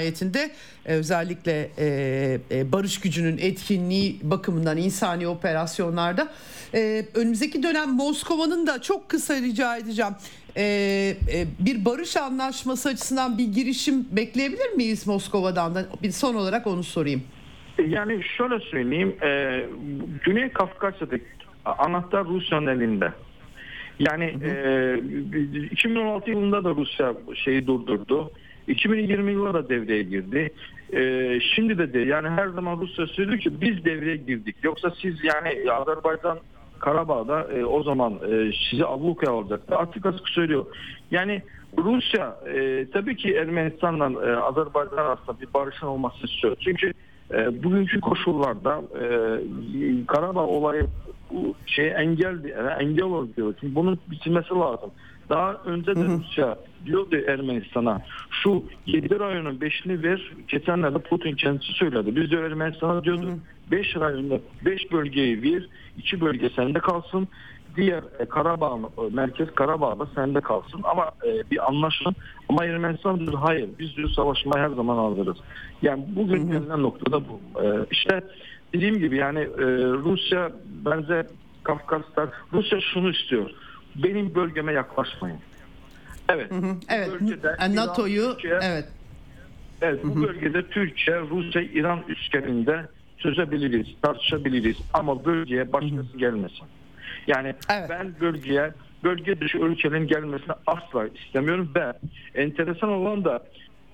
nihayetinde. Özellikle barış gücünün etkinliği bakımından, insani operasyon operasyonlarda. Önümüzdeki dönem Moskova'nın da çok kısa rica edeceğim. Bir barış anlaşması açısından bir girişim bekleyebilir miyiz Moskova'dan da? Bir son olarak onu sorayım. Yani şöyle söyleyeyim, Güney Kafkasya'da anahtar Rusya'nın elinde. Yani 2016 yılında da Rusya şeyi durdurdu. 2020 yılında da devreye girdi. Şimdi de yani her zaman Rusya söylüyor ki biz devreye girdik. Yoksa siz yani Azerbaycan Karabağ'da o zaman sizi ablukaya alacaktı. Açık açık söylüyor. Yani Rusya tabii ki Ermenistan'la Azerbaycan arasında bir barışın olmasını istiyor. Çünkü bugünkü koşullarda Karabağ olayı bu engel oluyor. Çünkü bunun bitirmesi lazım. Daha önce de Rusya diyordu Ermenistan'a şu 7 rayonun 5'ini ver. Geçenlerde Putin kendisi söyledi. Biz de Ermenistan'a diyordu 5 rayonda 5 bölgeyi ver. 2 bölge sende kalsın. Diğer Karabağ, merkez Karabağ'da sende kalsın. Ama bir anlaşın. Ama Ermenistan diyor hayır biz diyor savaşmaya her zaman hazırız. Yani bugün gelinen noktada bu. İşte dediğim gibi yani Rusya bence Kafkaslar Rusya şunu istiyor. Benim bölgeme yaklaşmayın. Evet. Evet. NATO'yu evet. Bu bölgede Türkiye, Rusya, İran üçgeninde çözebiliriz, tartışabiliriz ama bölgeye başkası gelmesin. Yani ben bölge dışı ülkelerin gelmesini asla istemiyorum ve enteresan olan da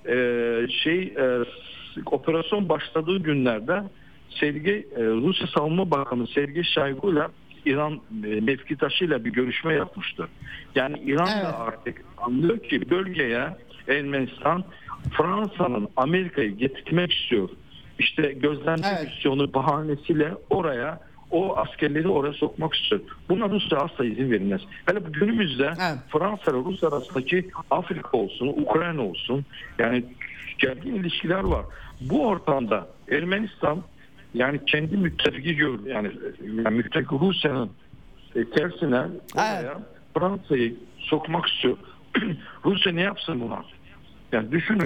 operasyon başladığı günlerde Rusya Savunma Bakanı Sergey Shoigu'yla İran mevkidaşıyla bir görüşme yapmıştı. Yani İran da artık anlıyor ki bölgeye Ermenistan Fransa'nın Amerika'yı getirmek istiyor. İşte gözlemci misyonu bahanesiyle oraya o askerleri oraya sokmak istiyor. Buna Rusya asla izin verilmez. Hele bu günümüzde Fransa ile Rusya arasındaki Afrika olsun, Ukrayna olsun yani gergin ilişkiler var. Bu ortamda Ermenistan yani kendi müttefiki gördü. Yani müttefik Rusya'nın tersine oraya Fransa'yı sokmak istiyor. Rusya ne yapsın buna? Yani düşünün.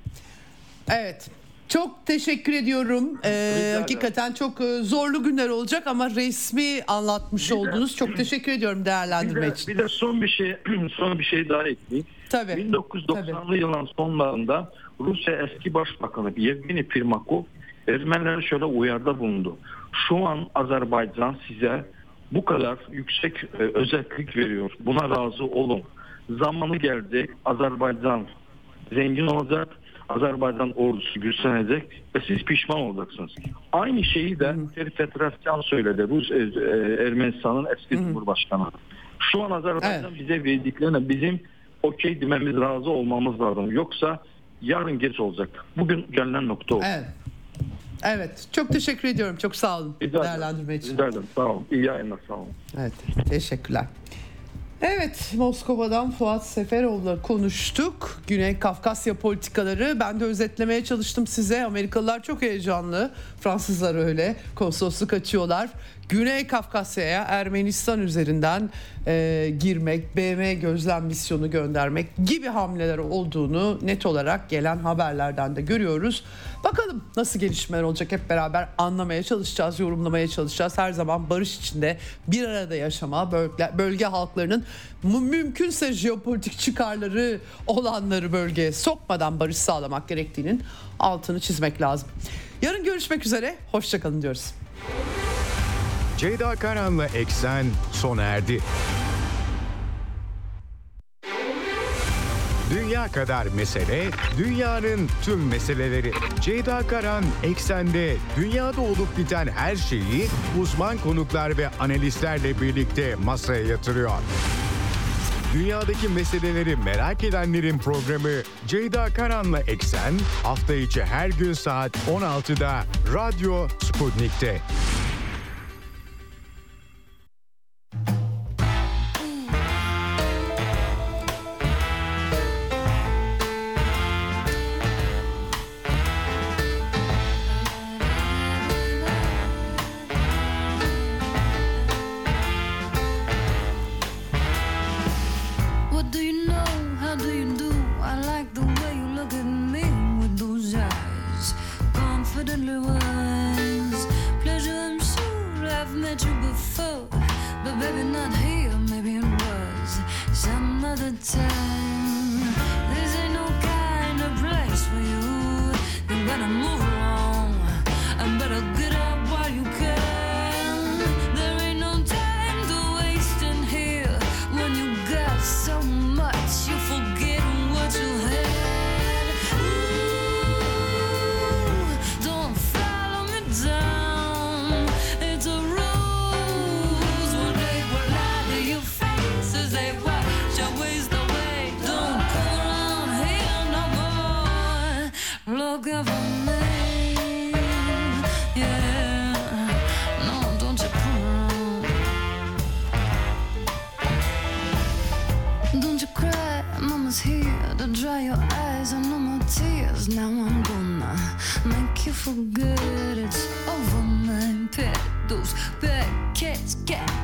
Evet. Çok teşekkür ediyorum. Hakikaten çok zorlu günler olacak ama resmi anlatmış oldunuz. Çok teşekkür ediyorum değerlendirme için. Bir de son bir şey daha ekleyeyim. Tabii. 1990'lı yılın sonlarında Rusya eski başbakanı Yevgeni Primakov Ermenilere şöyle uyarıda bulundu. Şu an Azerbaycan size bu kadar yüksek özellik veriyor. Buna razı olun. Zamanı geldi. Azerbaycan zengin olacak. Azerbaycan ordusu güçlenecek ve siz pişman olacaksınız. Aynı şeyi de Petrosyan söyledi. Ermenistan'ın eski Cumhurbaşkanı. Şu an Azerbaycan bize verdiklerine bizim okey dememiz, razı olmamız lazım. Yoksa yarın geç olacak. Bugün gelinen nokta o. Evet. Çok teşekkür ediyorum. Çok sağ olun. Değerlendirme için. Rica ederim. Sağ olun. İyi yayınlar. Sağ olun. Evet. Teşekkürler. Evet, Moskova'dan Fuat Seferov'la konuştuk. Güney Kafkasya politikaları. Ben de özetlemeye çalıştım size. Amerikalılar çok heyecanlı. Fransızlar öyle. Konsolosluk açıyorlar. Güney Kafkasya'ya Ermenistan üzerinden girmek, BM gözlem misyonu göndermek gibi hamleler olduğunu net olarak gelen haberlerden de görüyoruz. Bakalım nasıl gelişmeler olacak, hep beraber anlamaya çalışacağız, yorumlamaya çalışacağız. Her zaman barış içinde bir arada yaşama, bölge halklarının mümkünse jeopolitik çıkarları olanları bölgeye sokmadan barış sağlamak gerektiğinin altını çizmek lazım. Yarın görüşmek üzere, hoşça kalın diyoruz. Ceyda Karan'la Eksen sona erdi. Dünya kadar mesele, dünyanın tüm meseleleri. Ceyda Karan Eksen'de dünyada olup biten her şeyi uzman konuklar ve analistlerle birlikte masaya yatırıyor. Dünyadaki meseleleri merak edenlerin programı Ceyda Karan'la Eksen hafta içi her gün saat 16'da Radyo Sputnik'te. Confidently wise, pleasure I'm sure I've met. met you before, but baby not here, maybe it was some other time. This ain't no kind of place for you. You better move along and better get up while you can. There ain't no time to waste in here. When you got so much, you forget what you had. Ooh, don't follow me down. It's a ruse. One day we'll lie to your faces. They watch you waste away. Don't come around here no more. Looking for me. Yeah. No, don't you come around. Don't you cry, mama's here to dry your eyes. No more tears, now I'm gonna make you forget it's over, my pet. Those bad cats, cat